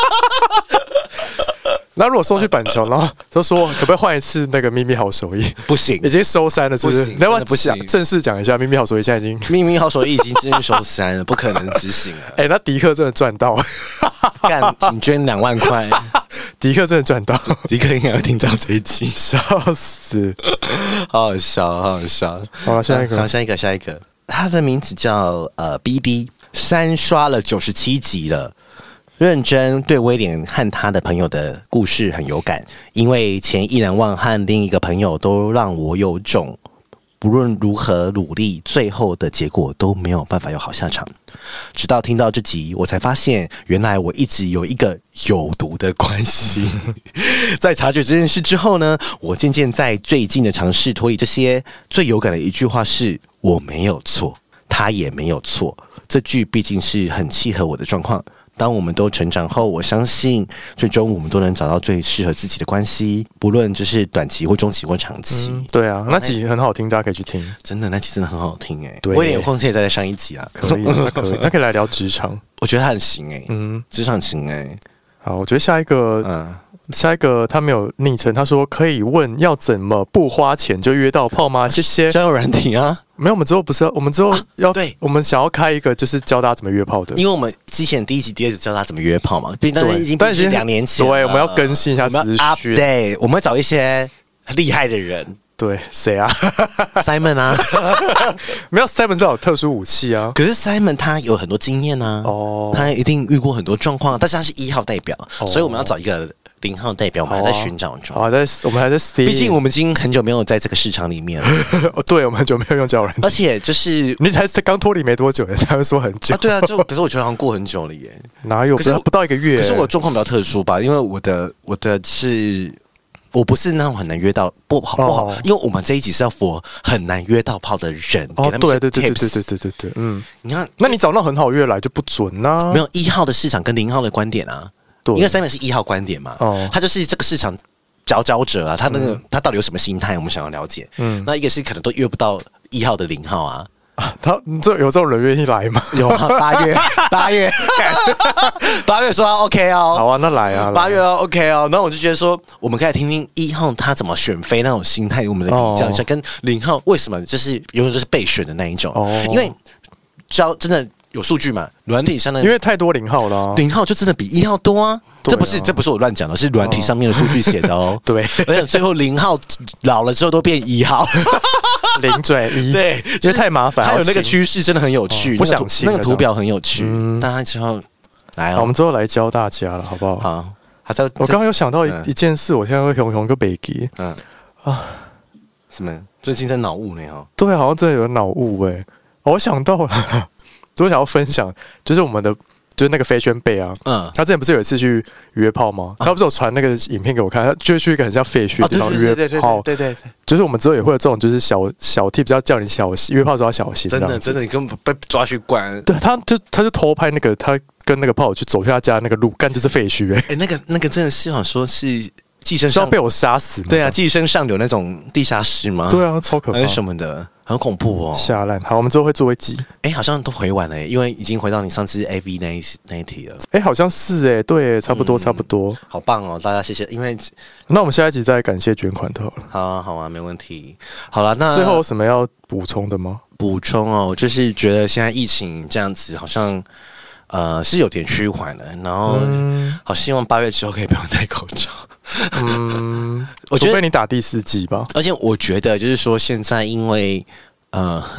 那如果送去板桥，然后就说可不可以换一次那个秘密好手艺？ 不行， 已经收山了，是不是？ 不要不行，正式讲一下，秘密好手艺现在已经秘密好手艺已经真的收山了，不可能执行了。 哎、欸，那迪克真的赚到， 干，请捐两万块。 迪克真的赚到， 迪克应该会听到这一集， 笑死， 好好笑，好好笑。 好了，下一个， 好，下一个，下一个，他的名字叫呃 B B， 三刷了九十七集了。认真对威廉和他的朋友的故事很有感，因为前一难忘和另一个朋友都让我有种不论如何努力，最后的结果都没有办法有好下场。直到听到这集，我才发现原来我一直有一个有毒的关系。在察觉这件事之后呢，我渐渐在最近的尝试脱离这些。最有感的一句话是：我没有错，他也没有错。这句毕竟是很契合我的状况。当我们都成长后，我相信最终我们都能找到最适合自己的关系，不论就是短期或中期或长期。 嗯、对啊，那集很好听，大家可以去听。 真的，那集真的很好听哎、欸。 对， 威廉有空可以再来上一集啊。 可以，他可以，他可以来聊职场。 我觉得他很行哎、欸， 嗯， 职场行哎、欸。 好，我觉得下一个，嗯。下一个他没有昵称，他说可以问要怎么不花钱就约到炮吗？谢谢。 交友软体啊， 没有，我们之后不是要，我们之后要、啊、 对， 我们想要开一个就是教大家怎么约炮的， 因为我们之前第一集、第二集教大家怎么约炮嘛，但是已经但是两年前， 对，我们要更新一下资讯， 对，我们会找一些厉害的人。 对，谁啊 ？Simon 啊， 没有 Simon 这有特殊武器啊。 可是 Simon 他有很多经验啊，哦，他一定遇过很多状况，但是他是一号代表，哦、所以我们要找一个零号代表，我们还在寻找中。 哦，在我们还在 C， 毕竟我们已经很久没有在这个市场里面了。 哦，对，我们很久没有用交友软体， 而且就是你才刚脱离没多久，才会说很久啊。对啊，就可是我觉得好像过很久了耶。 哪有？可是不到一个月。 可是我状况比较特殊吧，因为我的我的是。我不是那种很难约到不好不好，因为我们这一集是要 for 很难约到炮的人。 哦，对对对对对对对对对，嗯， 你看， 那你找那很好约来就不准呐、啊。 没有一号的市场跟零号的观点啊，对，因为 Simon 是一号观点嘛，哦，他就是这个市场佼佼者啊，他那个、嗯、他到底有什么心态，我们想要了解。嗯，那一个是可能都约不到一号的零号啊。 啊、他这有这种人愿意来吗？ 有啊，八月八月八月说他 OK 哦， 好啊，那来啊， 八月哦 OK 哦，然后我就觉得说，我们可以听听一号他怎么选妃那种心态，我们来比较一下，哦、跟零号为什么就是永远都是被选的那一种，哦、因为招真的有数据嘛，软体上的因为太多零号了、啊， 零号就真的比一号多啊。这不是这不是我乱讲的，是软体上面的数据写的哦。 对， 而且最后零号老了之后都变一号， 零转一， 对， 因为太麻烦。 它有那个趋势真的很有趣， 哦、不想亲那个图表很有趣，嗯、大家之后来哦， 我们之后来教大家了，好不好？ 好，还在我刚刚有想到一、嗯、一件事，我现在会熊熊个北极，嗯啊，什么？最近在脑雾呢？哈， 对，好像真的有脑雾哎、欸，我想到了，我想要分享，就是我们的。就是那个飞轩贝啊，嗯，他之前不是有一次去约炮吗？他不是有传那个影片给我看，他就去一个很像废墟的地方约炮， 对对对， 就是我们之后也会有这种，就是小小 tip， 要叫你小心约炮都要小心， 真的真的，你根本被抓去关。 对，他就他就偷拍那个他跟那个炮友去走去他家那个路，干就是废墟哎、欸， 哎、欸，那个那个真的是想说是寄生上是要被我杀死吗？ 对啊，寄生上流那种地下室吗？ 对啊，超可怕， 还是什么的。很恐怖哦， 下烂。好，我们之后会做一集。 哎、欸，好像都回完了，因为已经回到你上次 A V 那一那一题了。 哎、欸，好像是哎、欸，对，差不多、嗯，差不多。 好棒哦，大家谢谢。因为那我们下一集再感谢捐款的好了。 好啊，好啊，没问题。好了，那最后有什么要补充的吗？ 补充哦，就是觉得现在疫情这样子，好像呃是有点趋缓了，然后、嗯、好希望八月之后可以不用戴口罩。 嗯，我觉得除非你打第四剂吧。 而且我觉得就是说，现在因为呃很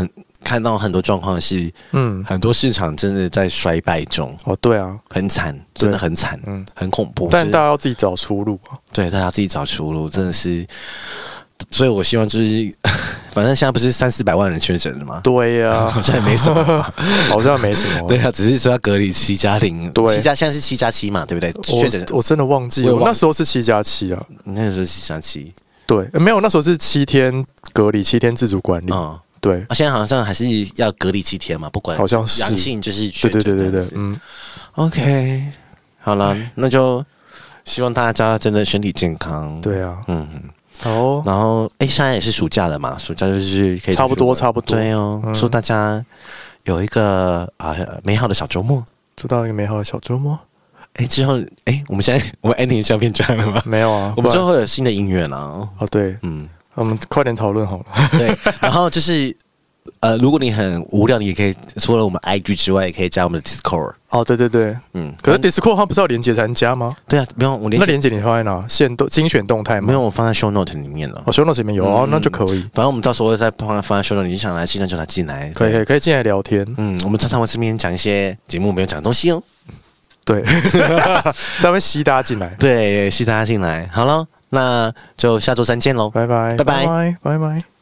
看到很多状况是，嗯，很多市场真的在衰败中。 哦，对啊， 很惨，真的很惨，嗯，很恐怖。 但大家要自己找出路啊。 对，大家自己找出路，真的是。所以我希望就是，反正现在不是三四百万人确诊了吗？ 对呀、啊， 好像也没什么， 好像没什么。 对啊，只是说要隔离七加零， 对， 七加现在是七加七嘛，对不对？确诊我真的忘记了，我那时候是七加七啊。 你那时候是七加七， 对，没有，那时候是七天隔离，七天自主管理。嗯，对。 啊，现在好像还是要隔离七天嘛，不管好像是阳性就是确诊。 对对对对对，嗯。 OK， 好了，那就希望大家真的身体健康。 对啊， 嗯。 好， 然后哎，现在也是暑假了嘛，暑假就是可以差不多差不多。 对哦，嗯、祝大家有一个啊美好的小周末， 祝到一个美好的小周末。 哎，之后哎，我们现在我们 ending 相片转了吗？ 没有啊， 我们之后会有新的音乐呢。 哦，对，嗯，我们快点讨论好了。 对，然后就是。呃，如果你很无聊，你也可以除了我们 I G 之外，也可以加我们的 Discord。 哦，对对对，嗯，可是 Discord 它不是要连接才能加吗？ 对啊，不用我连那连接你放在哪？现动精选动态吗？ 没有，我放在 Show Note 里面了。 哦 ，Show Note 里面有哦，那就可以。 反正我们到时候再放放在 Show Note，你想来进来就来进来， 可以可以可以进来聊天。 嗯，我们常常会这边讲一些节目没有讲的东西哦。 对，咱们吸大家进来， 对，吸大家进来。好了，那就下周三见喽， 拜拜， 拜拜， 拜拜。